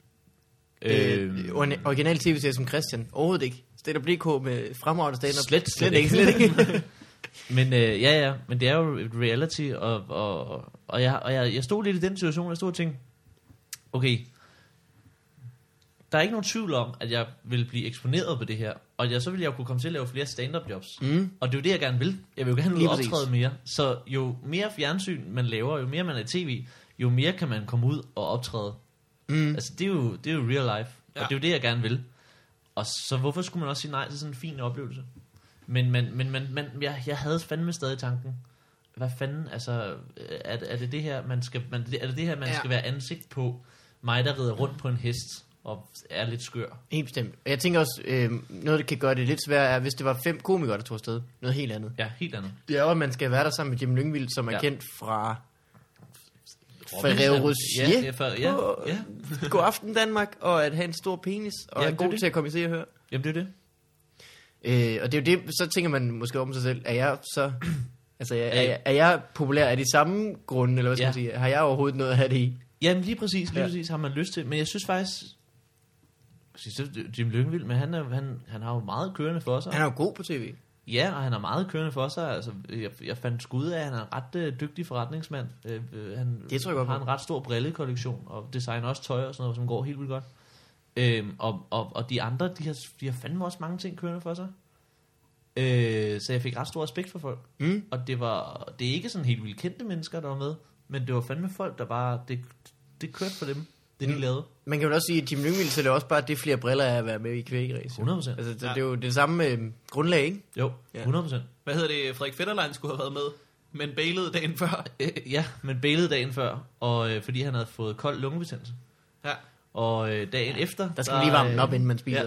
Original tv-serie som Christian. Overhovedet ikke. Stand-up DK med fremragende stand-up. Slet ikke. Men men det er jo et reality, og jeg stod lidt i den situation, jeg stod og tænkte, okay, der er ikke nogen tvivl om, at jeg vil blive eksponeret på det her, og så vil jeg kunne komme til at lave flere stand-up jobs. Og det er jo det, jeg gerne vil. Jeg vil jo gerne optræde mere. Så jo mere fjernsyn man laver, jo mere man er i tv, jo mere kan man komme ud og optræde. Altså, det er jo real life, og det er jo det, jeg gerne vil. Og så hvorfor skulle man også sige nej til sådan en fin oplevelse? Men jeg havde fandme stadig tanken. Hvad fanden, altså, er det det her, man skal være ansigt på? Mig, der rider rundt på en hest og er lidt skør. Helt bestemt. Jeg tænker også, noget, der kan gøre det lidt sværere, er, hvis det var 5 komikere, der tog afsted. Noget helt andet. Ja, helt andet. Det er jo, at man skal være der sammen med Jim Lyngvild, som er kendt fra Ferrero Rocher. God aften Danmark, og at have en stor penis, og er god til at komme i se og høre. Jamen, det er det. Og det er jo det, så tænker man måske om sig selv, er jeg så... Altså, er jeg populær af de samme grunde, eller hvad skal man sige? Har jeg overhovedet noget at have det i? Jamen, lige præcis har man lyst til. Men jeg synes faktisk... Jim Lyngvild, men han har jo meget kørende for sig. Han er jo god på tv. Ja, og han har meget kørende for sig. Altså, jeg fandt skud af, at han er en ret dygtig forretningsmand. Han har en ret stor brillekollektion, og designer også tøj og sådan noget, som går helt vildt godt. Og de andre, de har fandme også mange ting kørende for sig. Så jeg fik ret stor respekt for folk. Og det er ikke sådan helt vildt kendte mennesker, der var med, men det var fandme folk, der bare, det kørte for dem, det de lavede. Man kan vel også sige, at Jim Lyngvild, så det er også bare det flere briller af at være med i kvægræs. 100%. Altså, det er jo det samme grundlag, ikke? Jo, 100%. Hvad hedder det? Frederik Fetterlein skulle have været med, men bailede dagen før. Ja, men bailede dagen før, og fordi han havde fået kold lungebetændelse. Ja. Og dagen efter... Der skal lige varme den op, inden man spiser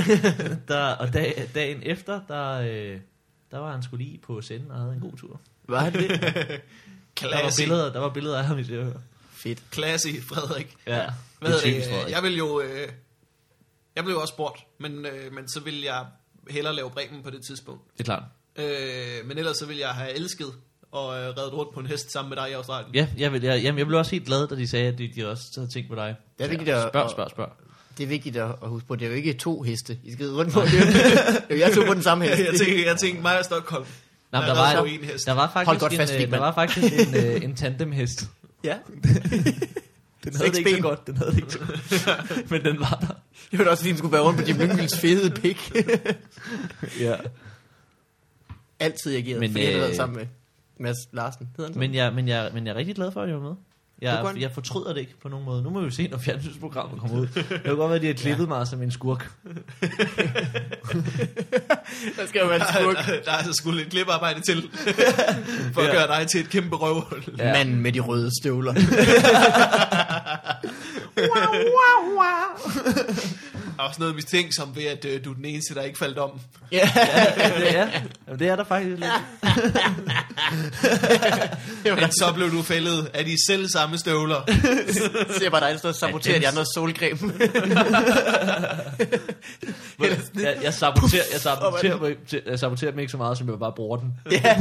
dagen efter, der var han sgu lige på senden og havde en god tur. Var det? Der var billeder af ham i det. Fedt. Classy, Frederik. Ja. Hvad det? Jeg vil jo... Jeg blev også spurgt, men så vil jeg hellere lave Bremen på det tidspunkt. Det er klart. Men ellers så vil jeg have elsket og reddet rundt på en hest sammen med dig i Australien. Ja, jeg blev også helt glad, da de sagde, at de også havde tænkt på dig. Det er vigtigt at spørg. Det er vigtigt at huske på. Det er jo ikke 2 heste, I skal rundt på. Det er jo jeg 2 på den samme hest. Jeg tænkte mig og Stockholm. Nej, der var faktisk en tandemhest. Ja. Den havde det ikke så godt, men den var der. Det var da også fordi, den skulle være rundt på Jim Lyngvilds fede pik. Ja. Altid ageret, fordi jeg har været sammen med Mads Larsen. Men jeg er rigtig glad for, at jeg var med. Jeg fortryder det ikke på nogen måde. Nu må vi jo se, når fjernsynsprogrammet kommer ud. Det kan godt være, at de har klippet mig som en skurk. Der skal jo være en skurk. Der er altså sgu lidt klippearbejde til, for at gøre dig til et kæmpe røvhul. Ja. Manden med de røde støvler. Der er også noget mistænksomt ved, at du er den eneste, der ikke faldt om. Ja, det er der faktisk lidt. Men så blev du fældet af de selv samme støvler. Så jeg bare dig, der står og saboterer de andres solcreme. Jeg saboterer dem ikke så meget, som jeg bare bruger den.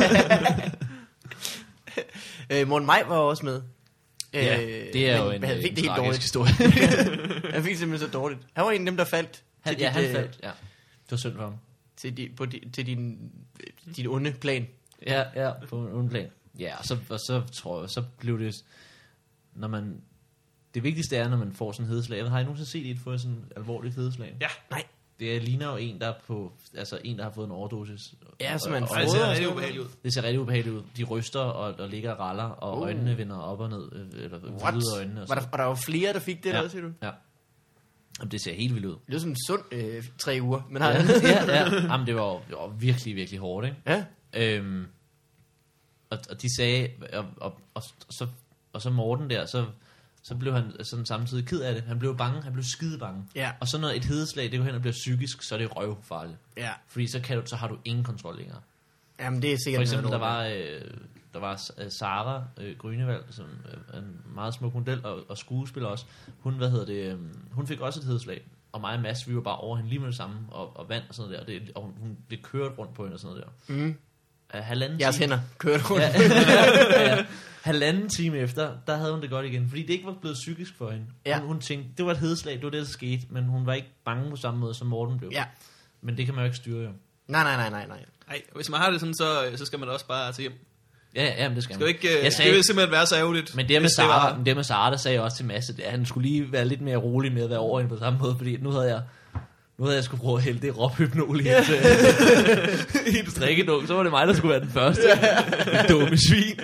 Morten Maj var også med. Ja, det er jo en tragisk historie. Han fik simpelthen så dårligt. Han var en af dem, der faldt. Han faldt, ja. Det var synd for ham. Til din onde plan. Ja, på en onde plan. Ja, og så tror jeg, så blev det, når man, det vigtigste er, når man får sådan en hedeslag. Har I nogensinde set et få sådan en alvorligt hedeslag? Ja. Nej. Det ligner jo en, der har fået en overdosis. Ja, som man det ser rigtig ubehageligt ud. Det ser rigtig ubehageligt ud. De ryster og ligger og raller, og øjnene vender op og ned. Eller ud af øjnene. Var der jo flere, der fik det der, siger du? Ja. Jamen, det ser helt vildt ud. Det er som en sund 3 uger. Men ja. Jamen, det var virkelig, virkelig hårdt, ikke? Ja. Og de sagde, og så Morten der, så så blev han sådan samtidig ked af det. Han blev bange, han blev skide bange. Ja. Og så når et hedeslag, det går hen og bliver psykisk, så er det røvfarligt. Ja. Fordi så har du ingen kontrol længere. Jamen, det er sikkert For eksempel, noget, der var Sara Grønevald, som er en meget smuk model og skuespiller også. Hun, hun fik også et hedeslag. Og mig og Mads, vi var bare over hende lige med det samme, og vand og sådan noget der. Og hun blev kørt rundt på hende og sådan noget der. Mm. Jeres hænder kørt rundt. Ja. Halvanden time efter, der havde hun det godt igen. Fordi det ikke var blevet psykisk for hende. Ja. Hun tænkte, det var et hedeslag, det var det, der skete. Men hun var ikke bange på samme måde, som Morten blev. Ja. Men det kan man jo ikke styre, jo. Nej. Nej, hvis man har det sådan, så skal man også bare tage hjem. Ja, men det skal Skal man. ikke, det vil simpelthen være så ærgerligt. Men det med Sara, der sagde jeg også til Mads, at han skulle lige være lidt mere rolig med at være over hende på samme måde, fordi nu havde jeg skulle prøve at hælde det råbhypnol i hendes drikkedunk, så var det mig, der skulle være den første. Dumme svin.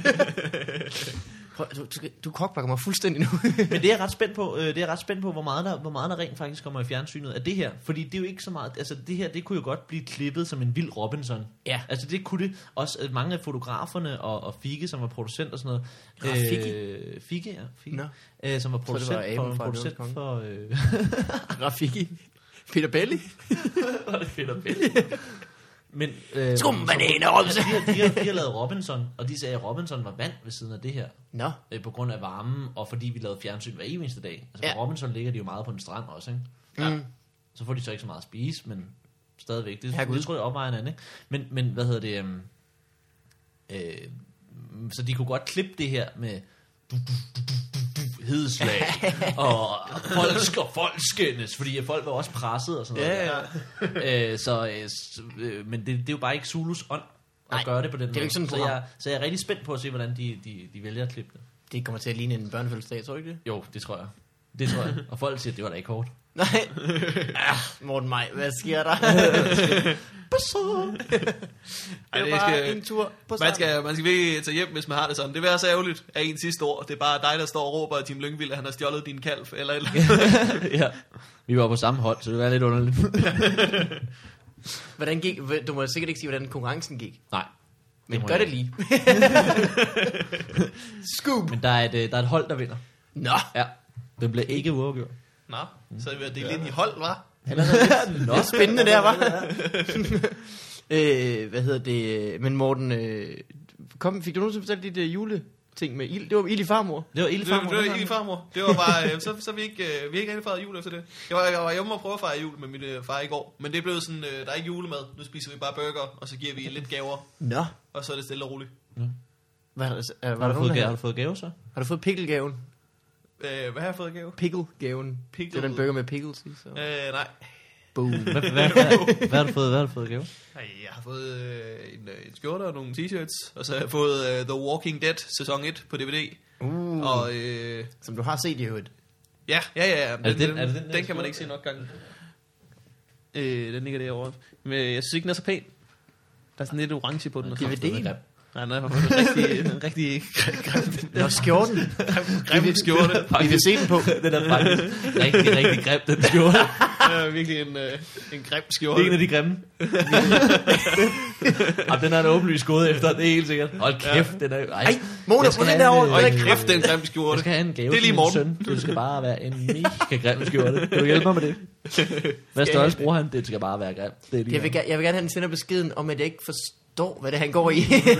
Du kokbakker mig fuldstændig nu. Men det er jeg ret spændt på, hvor meget der rent faktisk kommer i fjernsynet af det her. Fordi det er jo ikke så meget, altså det her, det kunne jo godt blive klippet som en vild Robinson. Ja. Altså det kunne det også, mange af fotograferne og Figge, som var producent og sådan noget. Figge. Nå. Som var producent for Rafiki. Peter Belli. Var det Peter Belli? Men Skumbananer, Robinson. De har lavet Robinson, og de sagde, at Robinson var vand ved siden af det her. Nå. På grund af varmen, og fordi vi lavede fjernsyn hver eneste dag. Altså på Robinson ligger de jo meget på en strand også, ikke? Ja. Så får de så ikke så meget at spise, men stadigvæk. Det tror jeg opvejer hinanden, ikke? Men hvad hedder det? Så de kunne godt klippe det her med hedeslag og folk skændes, fordi folk var også presset og sådan noget. Men det er jo bare ikke Zulus ånd at gøre det på den måde. Så jeg er rigtig spændt på at se, hvordan de vælger at klippe det. Det kommer til at ligne en børnefødselsdag, tror du ikke det? Jo, det tror jeg. Og folk siger, at det var da ikke hårdt. Nej. Morten Maj, hvad sker der? Det er bare en tur på man skal virkelig tage hjem, hvis man har det sådan. Det vil være så ærgerligt af en sidste år. Det er bare dig, der står og råber, at Tim Lyngvild, han har stjålet din kalv, eller et eller andet. Ja, vi var på samme hold, så det var lidt underligt. Hvordan gik? Du må sikkert ikke sige, hvordan konkurrencen gik. Nej. Men gør det lige. Scoop. Men der er et hold, der vinder. Nå. Ja, det bliver ikke uafgjort. Nå, så det er lidt i hold, hva'? Nå, spændende der, var. Hvad hedder det? Men Morten, fik du nogensinde fortalt dit juleting med ild? Det var ild i farmor. Det var ild i farmor. Det var bare, så vi ikke rigtig fejret jul efter det. Jeg var hjemme og prøve at fejre jul med min far i går, men det blev sådan, der er ikke julemad. Nu spiser vi bare burger, og så giver vi lidt gaver. Nå. Og så er det stille og roligt. Har du fået gave så? Har du fået picklegaven? Hvad har jeg fået gave? Picklegaven. Det er den burger med pickles i. Så. Nej. Boom. Hvad har du fået gave? Jeg har fået en skjorte og nogle t-shirts, og så har jeg fået The Walking Dead sæson 1 på DVD. Og, som du har set i øvrigt. Ja. Den kan man ikke se nok gange. Den ligger derovre. Men jeg synes ikke, den er så pæn. Der er sådan lidt orange på den. DVD'en? Nej, den er en rigtig grim. Nå, skjorten. Grim skjorte. Vi vil se den på. Den er faktisk rigtig grim, den skjorte. Det er virkelig en grim skjorte. Det er en af de grimme. Den har en åbenlyst gået efter, det er helt sikkert. Hold kæft, den er... Ej, Mona, på den derovre. Hold kæft, den grim skjorte. Jeg skal have en gave til min søn. Det skal bare være en mega grim skjorte. Kan du hjælpe mig med det? Hvad størrelse bruger han? Det skal bare være grim. Jeg vil gerne have den sender beskeden om, at jeg ikke forstår, hvad det han går i.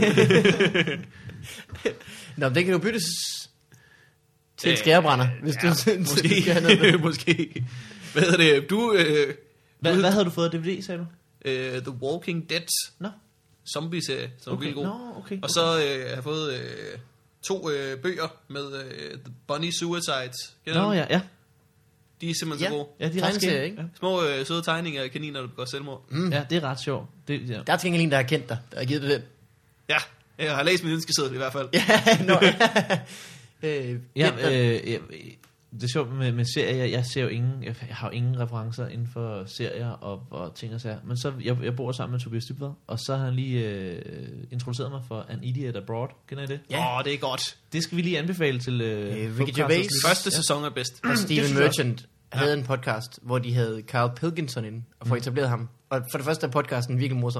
Nå, det kan jo byttes til en skærebrænder, hvis du synes, måske. Skal have noget. Måske. Hvad hedder det? Hvad havde du fået af DVD, sagde du? The Walking Dead. Nå. Zombie-serie, som er vildt god. Okay. Og så har jeg fået 2 bøger med The Bunny Suicides. Ja. De er simpelthen så gode. Ja, de er ret skære, ikke? Små søde tegninger af kaniner, der begår selvmord. Ja, det er ret sjovt. Der er til en, der har kendt dig, der har givet dig den. Ja, jeg har læst min ønskeseddel i hvert fald. Det er sjovt med serier. Jeg har jo ingen referencer inden for serier og ting og sager. Men så jeg bor sammen med Tobias Dybvad, og så har han lige introduceret mig for An Idiot Abroad. Kender I det? Ja. Det er godt. Det skal vi lige anbefale til Ricky Gervais. Første sæson er bedst. Og Steven Merchant havde en podcast, hvor de havde Carl Pilkington inde, og for etableret ham. Og for det første er podcasten virkelig morsom.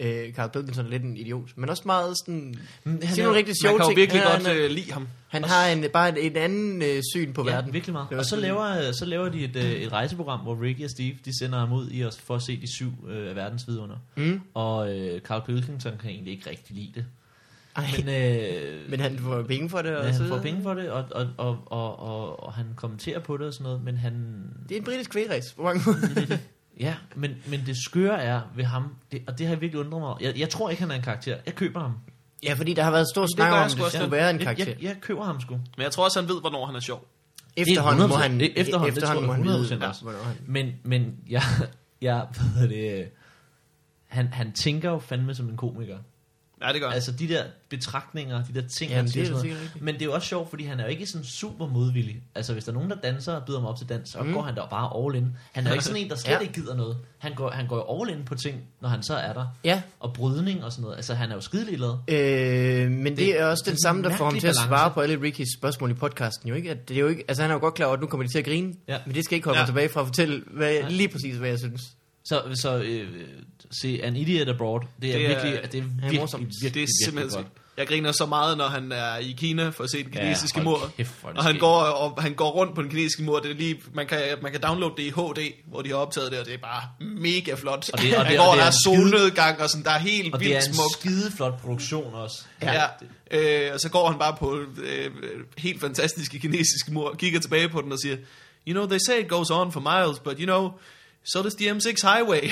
Carl Pilkington er lidt en idiot, men også meget sådan... Han siger nogle rigtig Man sjove kan jo ting. virkelig Han- godt han- lide ham. Han har bare en anden syn på Ja, verden. virkelig meget. Det var Og så laver de et rejseprogram, hvor Ricky og Steve, de sender ham ud i for at se de 7 af verdens vidunder. Og Carl Pilkington kan egentlig ikke rigtig lide det. Men han får penge for det. Og han så får videre. penge for det, og han kommenterer på det og sådan noget, men han... Det er en britisk kvægræs på mange måder. Ja, men det skøre er ved ham, og det har jeg virkelig undret mig over. Jeg tror ikke, han er en karakter. Jeg køber ham. Ja, fordi der har været stor det snak gør om, jeg at sgu det også. skulle være en karakter. Jeg køber ham sgu. Men jeg tror også, han ved, hvornår han er sjov. Efterhånden må 100%. han, Efterhånden, det tror jeg må han vide, 100% også. hvornår han... Men jeg ved det, han tænker jo fandme som en komiker. Ja, det gør han. Altså de der betragtninger, de der ting, Jamen, han det siger er sådan sikkert noget. rigtigt. Men det er jo også sjovt, fordi han er jo ikke sådan super modvillig. Altså hvis der er nogen, der danser og byder ham op til dans, så går han der bare all in. Han er jo ikke sådan en, der slet ikke gider noget. Han går jo all in på ting, når han så er der. Ja, Og brydning og sådan noget. Altså han er jo skidelig glad. men det er også den sådan samme, der en får ham mærkelig til at balance. svare på alle Rickys spørgsmål i podcasten jo ikke. At det er jo ikke, altså han er jo godt klar over, at nu kommer de til at grine, Ja. men det skal ikke holde mig tilbage fra at fortælle lige præcis, hvad jeg synes. Så se An Idiot Abroad, det er virkelig, det er virkelig, morsomt. virkelig, Det er simpelthen virkelig sygt. Jeg griner så meget, når han er i Kina for at se den kinesiske hold mur. kæft, hvor er det Og han skægt. går rundt på den kinesiske mur. Det er lige, man kan downloade det i HD, hvor de har optaget det, og det er bare mega flot. Og Han det går, er der er en skide- solnedgang, og sådan, der er helt Og det er vildt en smukt. skideflot produktion også. Ja. Og så går han bare på helt fantastiske kinesiske mur, kigger tilbage på den og siger, you know, they say it goes on for miles, but you know, so does the M6 highway.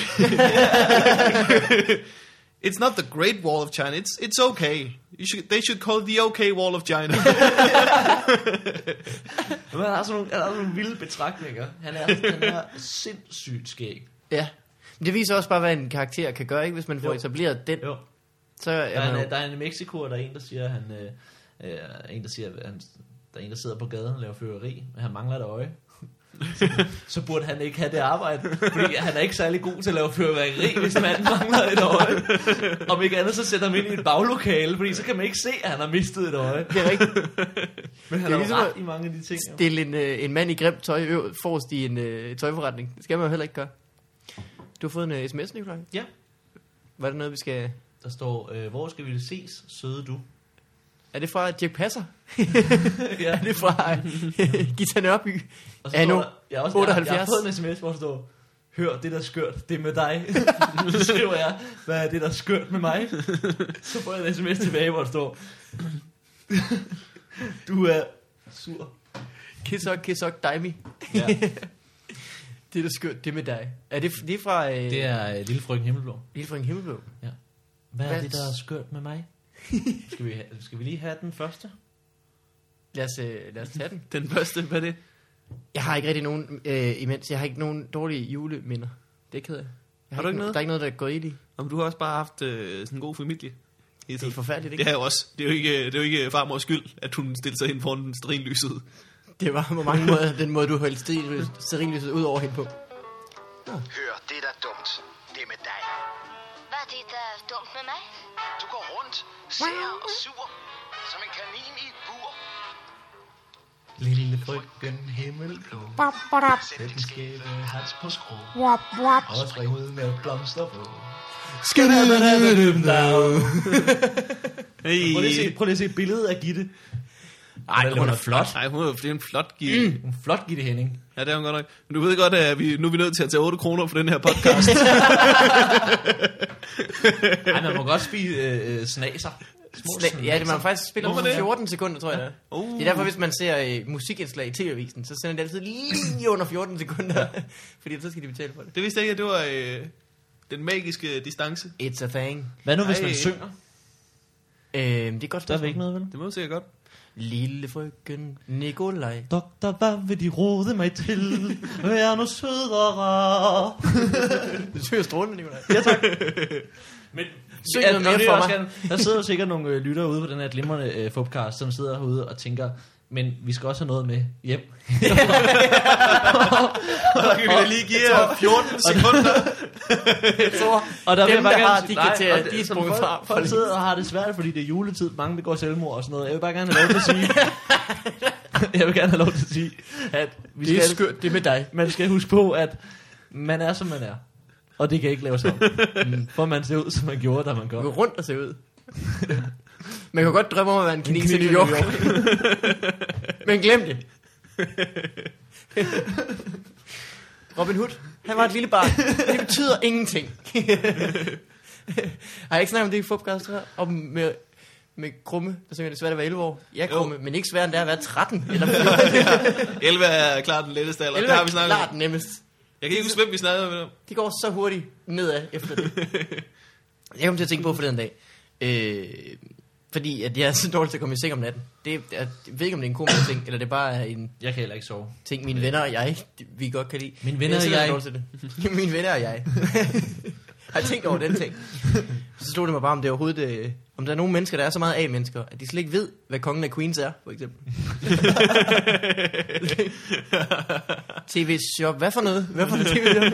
It's not the Great Wall of China, it's okay. They should call it the okay Wall of China. Men han har sådan nogle vilde betragtninger. Han er sindssygt skæg. Ja. Men det viser også bare, hvad en karakter kan gøre, ikke? Hvis man får etableret den, Jo. så er man jo... Der er en i Mexico, og der er en, der siger, der er en, der sidder på gaden og laver fyrværkeri, men han mangler et øje. Så burde han ikke have det arbejde, fordi han er ikke særlig god til at lave fyrværkeri, hvis manden mangler et øje. Om ikke andet, så sætter han ind i et baglokale, fordi så kan man ikke se, at han har mistet et øje. Det er rigtigt. Men han Det er har ligesom ret at i mange af de ting. Jo. Stille en mand i grimt tøj forrest i en tøjforretning. Det skal man jo heller ikke gøre. Du har fået en sms, Nikolaj. Ja. Var det noget, vi skal... Der står, hvor skal vi ses, søde du? Er det fra Dirk Passer? Ja. Er det fra Gita Nørby? Og så Anno står der, jeg har 78. fået en sms, hvor der står, hør, det der er skørt, det er med dig. Så skriver jeg, hvad er det der er skørt med mig? Så får jeg en sms tilbage, hvor der står, du er sur. Kiss ok, Daimi. Ja, Det er da skørt, det med dig. Er det er fra... det er Lille Frøken Himmelblå. Lille fra en himmelblå. Hvad er Hvad? det der er skørt med mig? Skal vi lige have den første? Lad os tage den. Den første, hvad er det? Jeg har ikke rigtig nogen, imens. Jeg har ikke nogen dårlige juleminder. Det er ked af. Har du ikke noget? Der er ikke noget, der går i. Om du har også bare haft sådan en god familie. Det er forfærdeligt, ikke? Det er jo også. Det er jo ikke farmors skyld, at hun stiller sig ind foran stearinlyset. Det var på mange måder den måde, du holdt stearinlyset ud over hende på. Hør, det er da dumt. Det er med dig. Hvad er det, der er dumt med mig? Du går rundt, sær og sur, som en kanin i et bur. Lille Frøken Himmelblå, Sæt din skæve hals på skrå. og spring ud med blomster på. Hey. Prøv lige at se billedet af Gitte. Ej, hun er flot. Nej, det er en flot Gitte. En flot Gitte Henning. Ja, det er hun godt nok. Men du ved godt, at nu er vi nødt til at tage 8 kroner for den her podcast. Ej, man må godt spise snaser. Ja, det man faktisk spiller Må man på det? 14 sekunder, tror jeg. Det er. Det er derfor, hvis man ser musikindslag i TV-avisen, så sender det altid lige under 14 sekunder. Fordi så skal de betale for det. Det vidste jeg ikke, at det var den magiske distance. It's a thing. Hvad nu, hvis Ej. man synger? Det er godt Der er ikke noget, vel? Det må du sikkert godt. Lille frøken Nikolaj. Doktor, hvad vil de rode mig til? Vær nu sød og rar. Det synes jeg strålende, Nikolaj. Ja, tak. Men Syng noget mere det er for også mig. gerne- Der sidder jo sikkert nogle lyttere ude på den her glimrende podcast, som sidder herude og tænker, men vi skal også have noget med hjem. Så kan vi da lige give jer 14 sekunder. Jeg tror, Og der vil dem, jeg bare der gerne har sige- de nej, kriterier, og det- de er sådan sprunget folk- fra. Folk sidder og har det svært, fordi det er juletid. Mange begår selvmord og sådan noget. Jeg vil bare gerne have lov til at sige, jeg vil gerne have lov til at sige, at vi Det er skal, skørt, det er med dig. man skal huske på, at man er, som man er. Og det kan ikke laves om. For man ser ud, som man gjorde, da man Gå kom. rundt og se ud. Man kan godt drømme om at være en kineser i New York. Men glem det. Robin Hood, han var et lille barn. Det betyder ingenting. Har jeg ikke snakket om det i Fupcast, tror jeg? Om med Krumme, der synger det svært at være 11 år. Ja, Krumme, men ikke svært end det er at være 13 eller 14. 11 er klart den letteste alder. Det har vi snakket om. klart nemmest. Jeg kan ikke huske, hvem vi snakkede med dem. De går så hurtigt nedad efter det. Jeg kom til at tænke på for den dag. Fordi at jeg er så dårlig til at komme i seng om natten. Jeg ved ikke, om det er en komisk ting, eller det bare er en Jeg kan heller ikke sove. ting, mine venner og jeg, vi godt kan lide. Mine venner Men og er jeg. dårlig til det. Mine venner og jeg. Har jeg tænkt over den ting. Så slog det mig bare, om det overhovedet... om der er nogle mennesker, der er så meget A-mennesker, at de slet ikke ved, hvad kongen af Queens er, for eksempel. TV-shop. Hvad for noget? Hvad for noget TV-shop?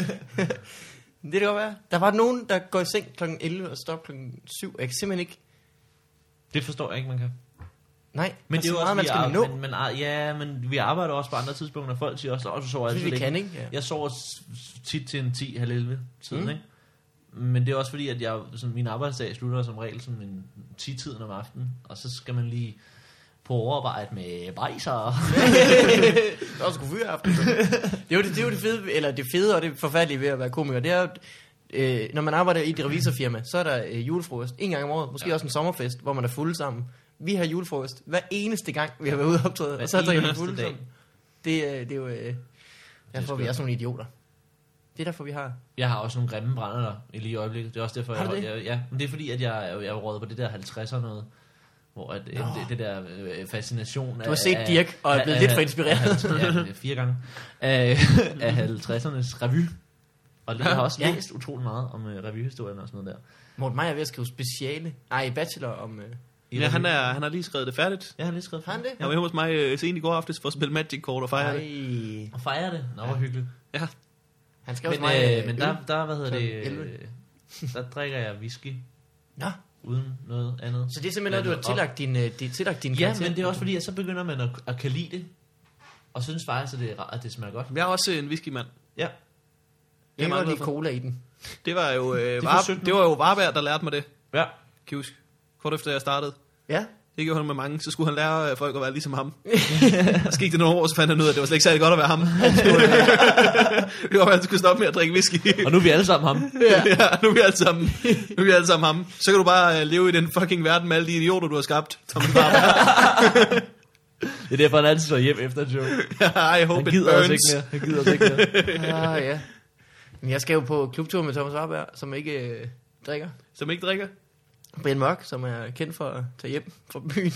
Det kan godt være. Der var nogen, der går i seng kl. 11 og stopper kl. 7. Jeg kan simpelthen ikke... Det forstår jeg ikke, man kan. Nej, Men det er jo også, man skal nå. men vi arbejder også på andre tidspunkter. Folk siger også, du sover altid vi længe. kan, ikke? Ja. Jeg sover tit til en 10-11 tiden, ikke? Men det er også fordi, at min arbejdsdag slutter som regel som en 10-tiden om aftenen. Og så skal man lige på overarbejde med bajser. Det er også god fyreaften. Det er jo det fede, eller det fede og det forfærdelige ved at være komiker. Det er når man arbejder i et revisorfirma, så er der julefrokost en gang om året. Måske også en sommerfest, hvor man er fulde sammen. Vi har julefrokost hver eneste gang, vi har været ude og optræde. Og så drikker vi fulde sammen. Det er jo... derfor vi er sådan nogle idioter. Det er derfor, vi har... Jeg har også nogle grimme brænder der i lige øjeblikket. Det er også derfor, Har du det? ja, men det er fordi, at jeg er rådet på det der 50'er noget. Hvor at, det der fascination Du har set Dirch og er blevet lidt for inspireret. 4 gange. Af 50'ernes revy. Og jeg har også læst utrolig meget om revyhistorien og sådan noget der. Morten Meier er ved at skrive speciale. Nej, bachelor om... Ja, han har lige skrevet det færdigt. Jeg har lige skrevet. Har han det? Jeg var hjemme hos mig sent i går aftes for at spille Magic-kort og fejre det. Og fejre det. Nå, hvor hyggeligt. Ja. Han skrev Men, hos mig... men der, hvad hedder det, 11. der drikker jeg whisky Nå, uden noget andet. så det er simpelthen noget, du har tillagt din Ja, karakter. men det er også fordi, at så begynder man at kan lide det. Og synes faktisk, at det smager godt. Jeg er også en whiskymand. Ja. Jeg kan meget godt lide glad for. cola i den. Det var jo forsøgte det var jo Varberg, der lærte mig det. Ja. Kan jeg huske. Kort efter jeg startede. Ja. Det gjorde han med mange. Så skulle han lære folk at være ligesom ham. Så gik det nogle år, så fandt han ud af, at det var slet ikke særlig godt at være ham. Det var, at han skulle stoppe med at drikke whisky. Og nu er vi alle sammen ham. Ja, nu er vi alle sammen ham. Så kan du bare leve i den fucking verden med alle de idioter, du har skabt. Tommy Varberg. Det er derfor, han altid står hjem efter et show. I hope Han it gider os burns. ikke mere. Han gider os ikke mere. Ja. Men jeg skal jo på klubtur med Thomas Warberg, som ikke drikker. Som ikke drikker. Brian Mørk, som er kendt for at tage hjem fra byen.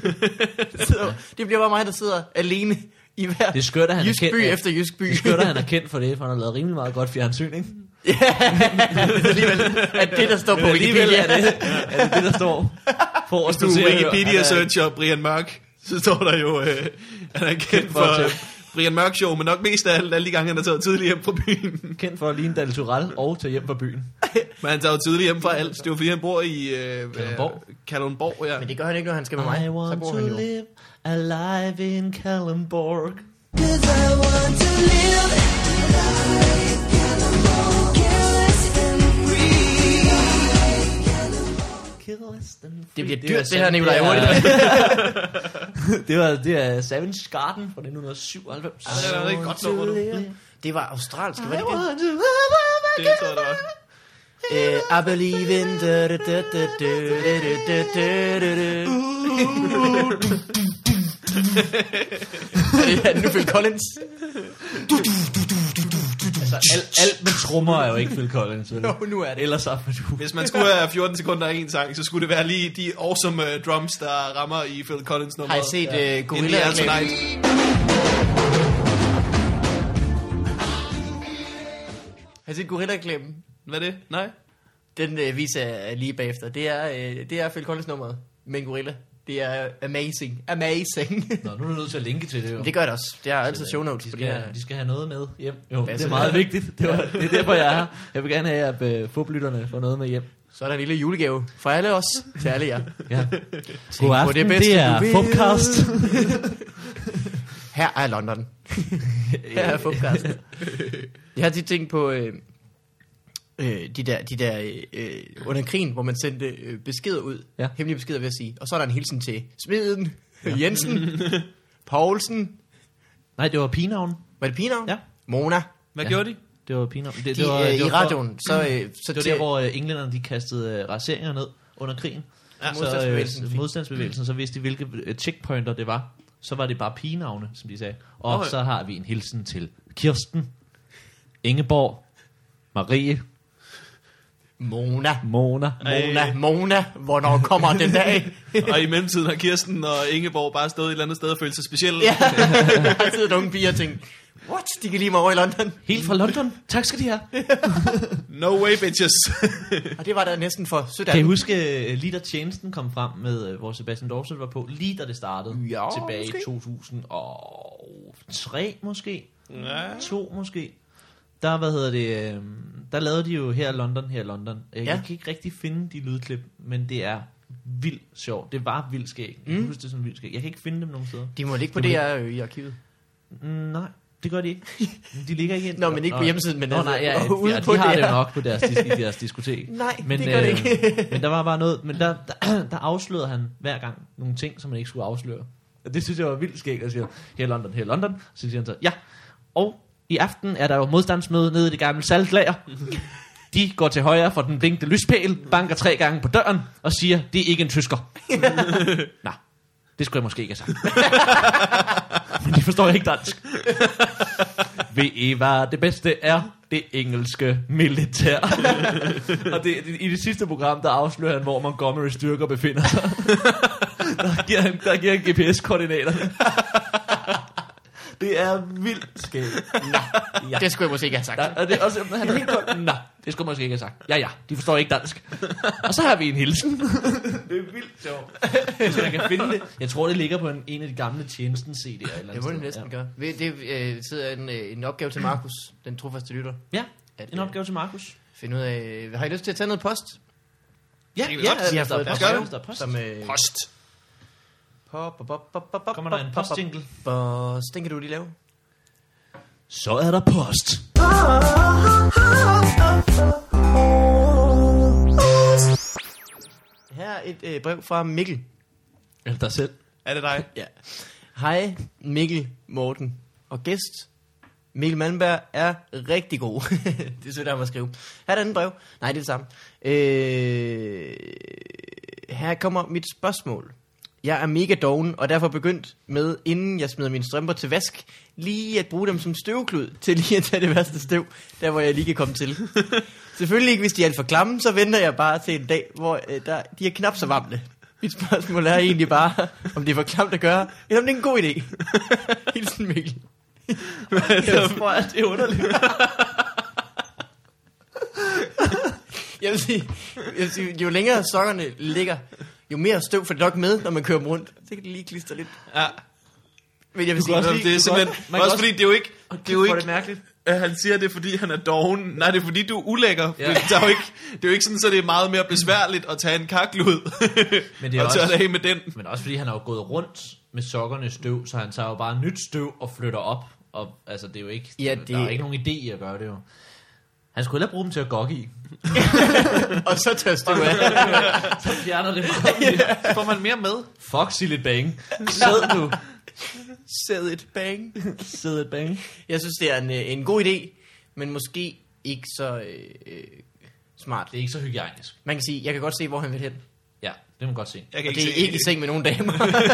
Det bliver bare mig, der sidder alene i hver Det er skørt, at han er jysk kendt. by efter jysk by. Det er skørt, at han er kendt for det, for han har lavet rimelig meget godt fjernsyn, ikke? Ja, alligevel at det, der står på Wikipedia. Er det, der står for Hvis du Wikipedia-searcher Brian Mørk, så står der jo, han er kendt for Brian Mørk Show, men nok mest af alle de gange, han har taget tidligt hjem fra byen. Kendt for at ligne Dal Turell og tage hjem fra byen. Men han tager jo tidligt hjem fra alt. Det er jo fordi, han bor i Kalundborg, ja. Men det gør han ikke, når han skal med mig. I Så want bor to han jo. live alive in Kalundborg. Det bliver dyrt, det her, Nikolaj. Det er Savage Garden fra 1997. Det er ikke godt nummer, du. Det var australsk, var det ikke det? Det tror jeg, det var. I believe in det er nu Phil Collins. Altså, alt med trommer er jo ikke Phil Collins, vel? Jo, nu er det. Ellers så du. Hvis man skulle have 14 sekunder af en sang, så skulle det være lige de awesome drums, der rammer i Phil Collins nummer. Har I set Gorilla Indiana Tonight. Har I set Gorilla-klemmen? Hvad er det? Nej? Den viser jeg lige bagefter. Det er Phil Collins nummeret med en gorilla. Det er amazing. Amazing. Nå, nu er du nødt til at linke til det jo. Det gør det også. Det er altid show notes på det her. De skal have noget med hjem. Jo, det er så- meget vigtigt. Det er derfor, jeg er her. Jeg vil gerne have, at fublytterne får noget med hjem. Så er der en lille julegave fra alle os til alle jer. Ja. God aften, det, bedste, det er du vil. Fubcast. Her er London. Her er Fubcast. Jeg har tit tænkt på... de der under krigen, hvor man sendte beskeder ud. Ja. Hemmelige beskeder, vil jeg sige. Og så er der en hilsen til Smeden, Jensen, Poulsen. Nej, det var pigenavn. Var det pigenavn? Ja. Mona. Hvad gjorde de? Det var pigenavn. I radioen. Så Det var der, hvor englænderne de kastede raseringer ned under krigen. Ja, modstandsbevægelsen. Modstandsbevægelsen, så vidste de, hvilke checkpointer det var. Så var det bare pigenavne, som de sagde. Og Okay. så har vi en hilsen til Kirsten, Ingeborg, Marie, Mona. Mona. Mona. Hvornår kommer den dag? Og i mellemtiden har Kirsten og Ingeborg bare stået et eller andet sted og følt sig specielle. Ja, der har siddet unge piger og tænkt, what? De kan lige mig over i London. Helt fra London. Tak skal de have. No way, bitches. Og det var der næsten for sødt. Kan I huske, lige da tjenesten kom frem med, hvor Sebastian Dorset var på, lige da det startede, Ja, tilbage måske. i 2003 måske, Ja. 2 måske, der, der lavede de jo her i London. Jeg kan ikke rigtig finde de lydklip, men det er vildt sjovt. Det var vildt skæg. Jeg kan huske det som vildt skæg. Jeg kan ikke finde dem nogen steder. De må ligge på Det må DR i arkivet. Nej, det gør de ikke. De ligger ikke ind. Nå, men ikke på hjemmesiden, men nej, altså, ude ja, på de har det jo DR. nok på deres, deres diskotek. Nej, det gør det ikke. Men der var bare noget, men der afslørede han hver gang nogle ting, som man ikke skulle afsløre. Og det synes jeg var vildt skægt, at sige, her i London, så siger han så, ja, og i aften er der jo modstandsmøde nede i det gamle saltlager. De går til højre for den blinkende lyspæl, banker 3 gange på døren og siger, det er ikke en tysker. Nå, det skulle jeg måske ikke have sagt. Men de forstår ikke dansk. Ved I hvad det bedste er? Det engelske militær. Og i det sidste program, der afslører han, hvor Montgomery styrker befinder sig. Der giver han GPS-koordinaterne. Det er vildt skægt. Ja. Det skulle jeg måske ikke have sagt. Og det er også, han er helt godt. Nå, det skulle man måske ikke have sagt. Ja, de forstår ikke dansk. Og så har vi en hilsen. Det er vildt sjovt. Så man kan finde det. Jeg tror, det ligger på en af de gamle tjenesten CD'er. Eller Det må det næsten gøre. Det sidder en opgave til Markus, den trofaste lytter. Ja, en opgave til Markus. Finde ud af, har I lyst til at tage noget post? Ja, Vi har fået et der post. er post. Som, Post. Kommer der en postjingle? Post, den kan du lige lave. Så er der post. Her er et brev fra Mikkel. Eller dig selv. Er det dig? Ja. Hej Mikkel, Morten og gæst. Mikkel Malmberg er rigtig god. Det er sødt af mig at skrive. Her er et andet brev. Nej, det er det samme. Her kommer mit spørgsmål. Jeg er mega doven, og derfor begyndt med, inden jeg smider mine strømper til vask, lige at bruge dem som støvklud, til lige at tage det værste støv, der hvor jeg lige kan komme til. Selvfølgelig ikke, hvis de er alt for klamme, så venter jeg bare til en dag, hvor de er knap så varmle. Mit spørgsmål er egentlig bare, om det er for klamt at gøre, eller om det er en god idé. Hilsen Mikkel. Jeg tror, at det er underligt. Jeg vil sige, jo længere sokkerne ligger, jo mere støv får det nok med, når man kører dem rundt. Så kan det lige klister lidt. Ja. Men jeg vil sige, Det er simpelthen... Også fordi det er jo ikke... Det er jo ikke... Det mærkeligt. Han siger, det er fordi, han er doven. Nej, det er fordi, du er ulækker. Ja. Ja. Det er jo ikke sådan, så det er meget mere besværligt at tage en karklud Men det er og tørre også- det af med den. Men også fordi han har jo gået rundt med sokkerne i støv, så han tager jo bare nyt støv og flytter op. Og altså, det er jo ikke... Ja, Der er jo ikke nogen idé i at gøre det jo. Han skulle hellere bruge dem til at gokke i. og så tør støv af. Så fjerner det meget. Så får man mere med. Fuck, sig lidt bang. Sæd nu. Sæd et bang. Sæd et bang. Jeg synes, det er en god idé, men måske ikke så smart. Det er ikke så hygiejnisk. Man kan sige, jeg kan godt se, hvor han vil hen. Ja, det må man godt se. Jeg kan Og det er se ikke i seng med nogen damer.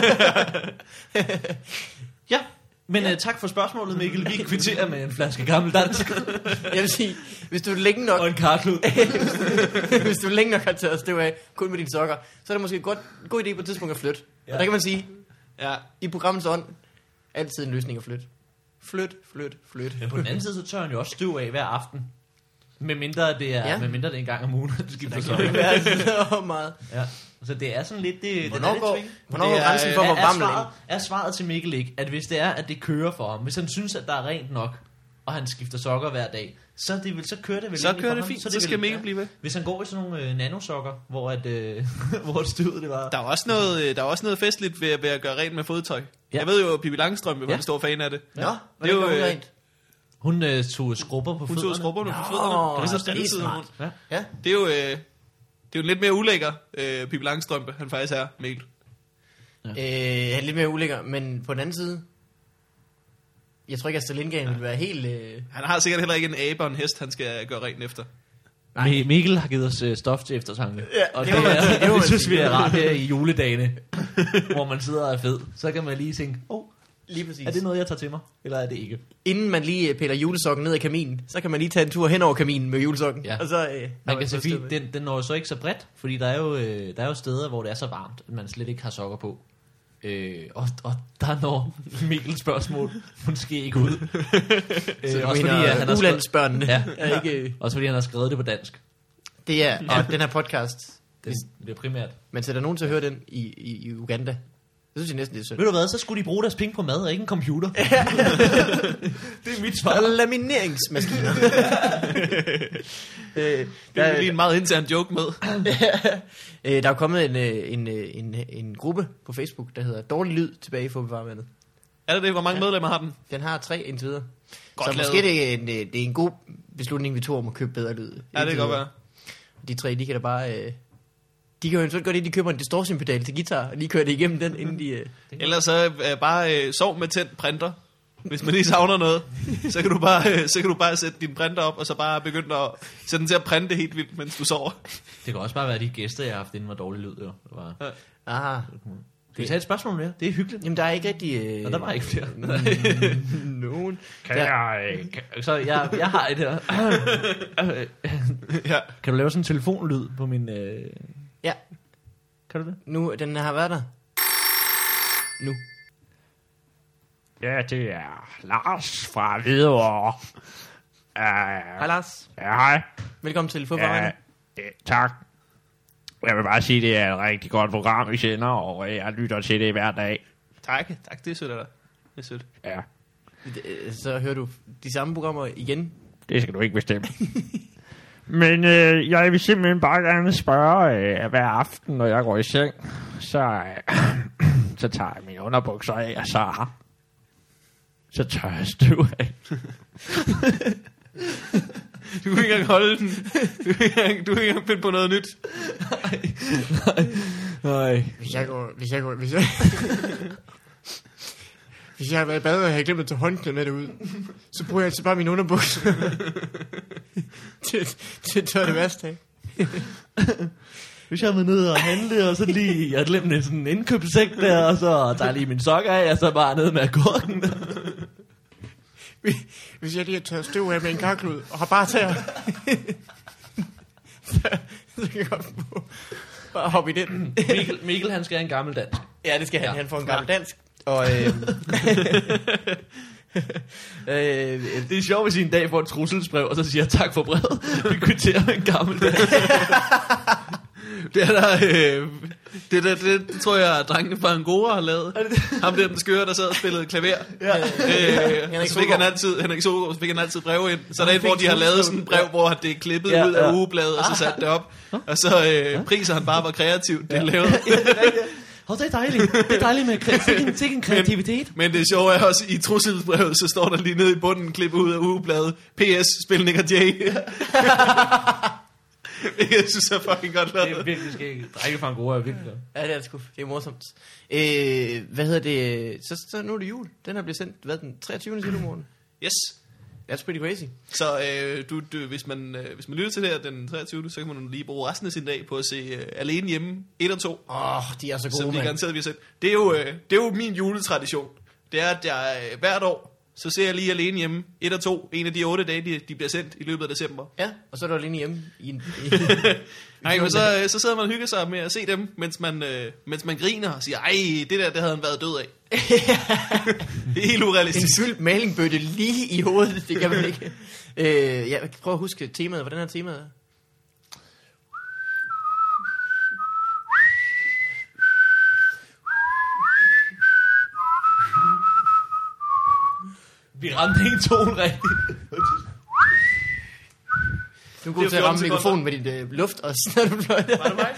Ja, men tak for spørgsmålet, Mikkel. Vi kvitterer med en flaske gammel dansk. Jeg vil sige, hvis du længe nok, Og en karklud. hvis du længe nok har taget støv af, kun med dine sokker, så er det måske en god idé på et tidspunkt at flytte. Ja. Og der kan man sige, Ja. i programmets ånd, altid en løsning at flytte. Flyt. Men på den anden side, så tør han jo også støv af hver aften. Med mindre det er, Ja. med mindre det er en gang om ugen, du skifter Det sokker. kan være så meget. Ja. Så det er sådan lidt... Det, Hvornår går Det er- grænsen for, hvor varm er svaret til Mikkel ikke, at hvis det er, at det kører for ham, hvis han synes, at der er rent nok, og han skifter sokker hver dag, så kører det vel Så egentlig kører for det ham. fint. Så det skal vel- Mikkel blive ved. Hvis han går i sådan nogle nanosokker, hvor hvor støvet det var... Der er også noget festligt ved at gøre rent med fodtøj. Ja. Jeg ved jo, at Pippi Langstrømpe var Ja. en stor fan af det. Nå, Det er hvordan jo, gør hun rent? Hun tog skrubber på Hun fødderne. tog skrubberne på fødderne. det er så dansede smart. hun. Ja. Det er jo... Det er jo en lidt mere ulækker Pippi Langstrømpe, han faktisk er, Mikkel. Han er lidt mere ulækker, men på den anden side, jeg tror ikke, at Astrid Lindgren vil være helt... Han har sikkert heller ikke en abe og en hest, han skal gøre rent efter. Mikkel har givet os stof til eftertanke. Ja, Og det må man sige, det må man det synes sige. vi er rart her i juledagene, hvor man sidder og er fed. Så kan man lige tænke, Lige præcis. er det noget, jeg tager til mig, eller er det ikke? Inden man lige piller julesokken ned af kaminen, så kan man lige tage en tur hen over kaminen med julesokken. Ja. Og så, Man kan se fint, den når jo så ikke så bredt, fordi der er jo steder, hvor det er så varmt, at man slet ikke har sokker på. Og der når Mikkels spørgsmål måske ikke ud. Også fordi han har ulandsbørnene Ja. er ikke... Også fordi han har skrevet det på dansk. Det er, og den her podcast, Det er primært. man sætter nogen til at høre den i Uganda. Det synes jeg næsten, det er synd. Ved du hvad, så skulle de bruge deres penge på mad og ikke en computer. Det er mit svar. Lamineringsmaskiner. Det er lige en meget intern joke med. Der er kommet en gruppe på Facebook, der hedder Dårlig Lyd tilbage i Fåbevarvandet. Er det det? Hvor mange medlemmer har den? Den har 3 indtil videre. Godt så lavet. måske det er en god beslutning, vi tog om at købe bedre lyd. Ja, det kan godt være. De 3, de kan da bare... de kan jo eventuelt godt, at de køber en distortion-pedal til guitar, og lige kører det igennem den, inden de... Ellers så bare sov med tændt printer. Hvis man lige savner noget, så kan du bare sætte din printer op, og så bare begynde at sætte den til at printe helt vildt, mens du sover. Det kan også bare være de gæster, jeg har haft inden var dårlig lyd. Jo. Det var... Aha. Skal vi tage et spørgsmål mere? Det er hyggeligt. Jamen, der er ikke rigtig... Og der var ikke flere. nogen. Så jeg har et her. Ja. Kan du lave sådan en telefonlyd på min... Ja, Kan du det? nu, den har været der. Nu. Ja, det er Lars fra Hvidovre. Hej Lars. Ja, hej. Velkommen til Fåbevarvandet. Tak. Jeg vil bare sige, det er et rigtig godt program, I sender, og jeg lytter til det hver dag. Tak, det er sødt af dig. Det er sødt. Ja, Så hører du de samme programmer igen. det skal du ikke bestemme. Men jeg vil simpelthen bare gerne spørge, hver aften, når jeg går i seng, så tager jeg mine underbukser af, og så tør jeg støv af. Du kan ikke engang holde den. Du kan ikke engang finde på noget nyt. Nej. Hvis jeg har været i bad, og jeg har glemt at tage håndklæde med det ud, så bruger jeg altså bare mine underbukser til at tørre det værste af. Hvis jeg har været nede og handle, og så lige, jeg glemte sådan en indkøbssæk der, og så tager jeg lige min sokker af, og så bare ned med agurken. Hvis jeg lige har tørret støv af med en karklud, og har bare tager, så kan jeg godt bare hoppe i den. Mikkel, han skal have en gammel dansk. Ja, det skal han. Ja. Han får en gammel dansk. Og, Det er sjovt, hvis I en dag får et trusselsbrev, og så siger jeg tak for brevet. Vi kvitterer med en gammel dansk. Det er der... Det tror jeg, at drengene fra Angora har lavet. Ham der, den skøre, der sad og spillede klaver. Henrik Så fik han altid, Henrik Solgaard, så fik han altid breve ind. Så der er et, hvor de har lavet sådan et brev, hvor det er klippet ud af ugebladet, og så sat det op. Og så priser han bare, hvor kreativt det er lavet. Det er dejligt. Det er dejligt med sikke en kreativitet. Men det sjove er også, i trusselsbrevet, så står der lige nede i bunden, klippet ud af ugebladet. PS, spil Nick og Jay. Jeg synes, det er fucking godt lavet. Det er virkelig skægt. Drenge fra Angora er virkelig godt. ja, det er det sgu. Det er morsomt. Hvad hedder det? Så nu er det jul. Den her bliver sendt, den 23. til morgen. Yes. That's pretty crazy. Så hvis man lytter til det her den 23. så kan man lige bruge resten af sin dag på at se Alene Hjemme 1 og 2. De er så Som gode, vi mand. garanteret vi har set. Det er jo min juletradition. Det er, at jeg hvert år, så ser jeg lige Alene Hjemme 1 og 2. En af de 8 dage, de bliver sendt i løbet af december. Ja, og så er du alene hjemme i Nej, men så sidder man og hygger sig med at se dem, mens man griner og siger, ej, det havde han været død af. Det er helt en urealistisk. fyldt malingbøtte lige i hovedet. Det kan man ikke. Jeg kan prøve at huske temaet. Hvordan er temaet? Vi ramte ikke tonen rigtigt. Du er god Det er til at ramme 14 mikrofonen med dit luft og sådan noget. Var det mig?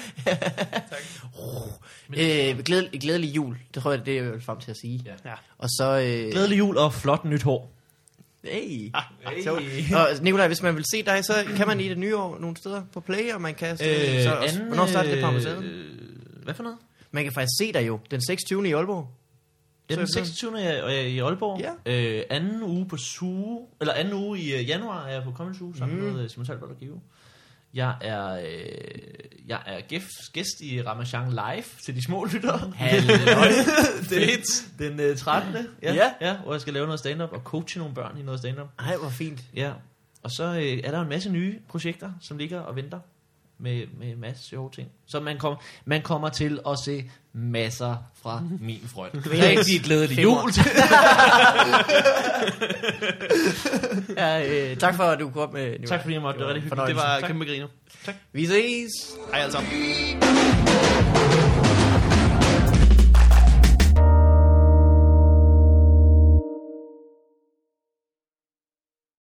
Glædelig jul. Det tror jeg, det er jeg frem til at sige. Ja. Og så... Glædelig jul og flot nyt hår. Hey. Hey. Sjovt. Og Nikolaj, hvis man vil se dig, så kan man i det nye år nogle steder på Play, og man kan så også, hvornår starter det på ambassaden? Hvad for noget? Man kan faktisk se dig jo den 26. i Aalborg. Ja, den 26. i Aalborg. Ja. Anden uge på Zoo, eller anden uge i januar er jeg på Comedy Zoo sammen med Simon Talbot og Give. Jeg er gæst i Ramachan Live til de små lyttere. Den 13. Ja, hvor jeg skal lave noget stand-up og coache nogle børn i noget stand-up. Ej, hvor fint. Ja, og så er der en masse nye projekter, som ligger og venter med en masse sjove ting. Så man kommer til at se masser fra min front. Rigtig glædelig jul. Ja, tak for, at du kom med. Tak fordi jeg måtte. Det var rigtig hyggeligt. Det var kæmpe griner. Tak. Vi ses. Hej alle sammen.